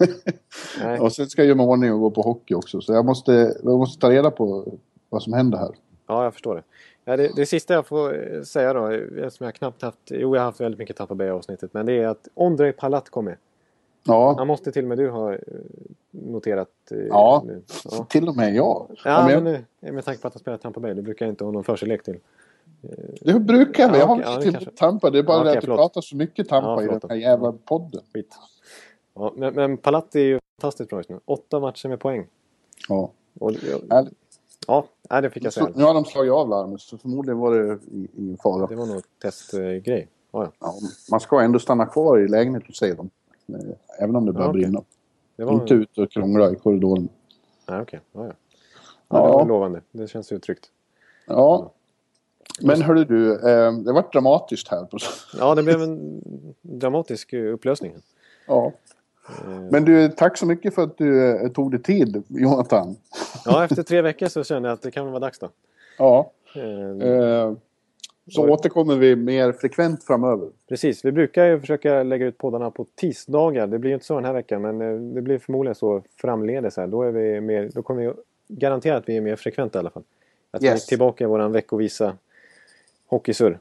Nej. Och sen ska jag göra mig ordning och gå på hockey också så jag måste, jag måste ta reda på vad som händer här. Ja, jag förstår det. Ja, det. Det sista jag får eh, säga då, eftersom jag knappt haft... Jo, jag har haft väldigt mycket Tampa Bay-avsnittet. Men det är att Ondrej Palat kommer. Ja, Han måste till och med du ha eh, noterat. eh, Ja. nu. Ja. till och med jag. Ja, men men nu, med tanke på att han spelar Tampa Bay, det brukar jag inte ha någon förkärlek till. det brukar vi. Ja, Jag har okej, ja, inte det till kanske. Tampa. Det är bara Ja, det okej, att du förlåt. pratar så mycket Tampa Ja, i förlåt den då. här jävla podden. Skit. Ja, men, men Palat är ju fantastiskt bra just nu. Åtta matcher med poäng. Ja. Och, Ja. ja, nej, det fick jag säga. Så, nu har de slagit av larmet så förmodligen var det i, i fara. Det var nog testgrej. Ja, ja. Ja, man ska ändå stanna kvar i lägenheten, säger de. Eh, Även om det börjar Ja, okej. brinna. Det var... Inte ut och krångla i korridoren. Nej, okej. Ja, ja. Ja, Ja. det var lovande. Det känns ju tryggt. Ja. Men hörde du, eh, det var dramatiskt här. På... Ja, det blev en dramatisk upplösning. Ja. Eh, Men du, tack så mycket för att du eh, tog dig tid, Jonathan. Ja, efter tre veckor så kände jag att det kan vara dags då. Ja. Eh, Eh, så återkommer vi mer frekvent framöver. Precis, vi brukar ju försöka lägga ut poddarna på tisdagar. Det blir ju inte så den här veckan, men eh, det blir förmodligen så framledes här. Då, är vi mer, då kommer vi garantera att vi är mer frekventa i alla fall. Att vi är Yes. tillbaka i våran veckovisa hockeysurr.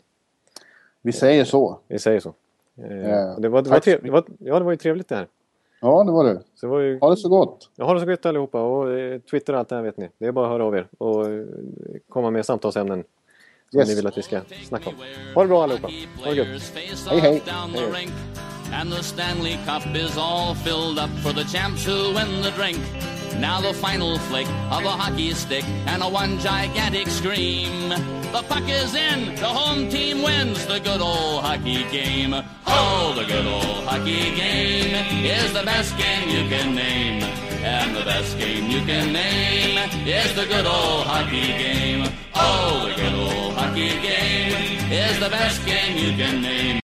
Vi säger så. Vi säger så. Eh, Ja, och det, var, det, var tack så trev, det, var, ja, det var ju trevligt det här. Ja, det var det. Så det var ju, Ha det så gott. jag har det så gott allihopa och eh, Twitter och allt det här vet ni. Det är bara att höra av er och eh, komma med samtalsämnen som Yes. ni vill att vi ska snacka om. Ha det bra allihopa. Ha det gött. Hej, hej. Hej. And the Stanley Cup is all filled up for the champs who win the drink. Now the final flick of a hockey stick and a one gigantic scream. The puck is in, the home team wins the good old hockey game. Oh, the good old hockey game is the best game you can name. And the best game you can name is the good old hockey game. Oh, the good old hockey game is the best game you can name.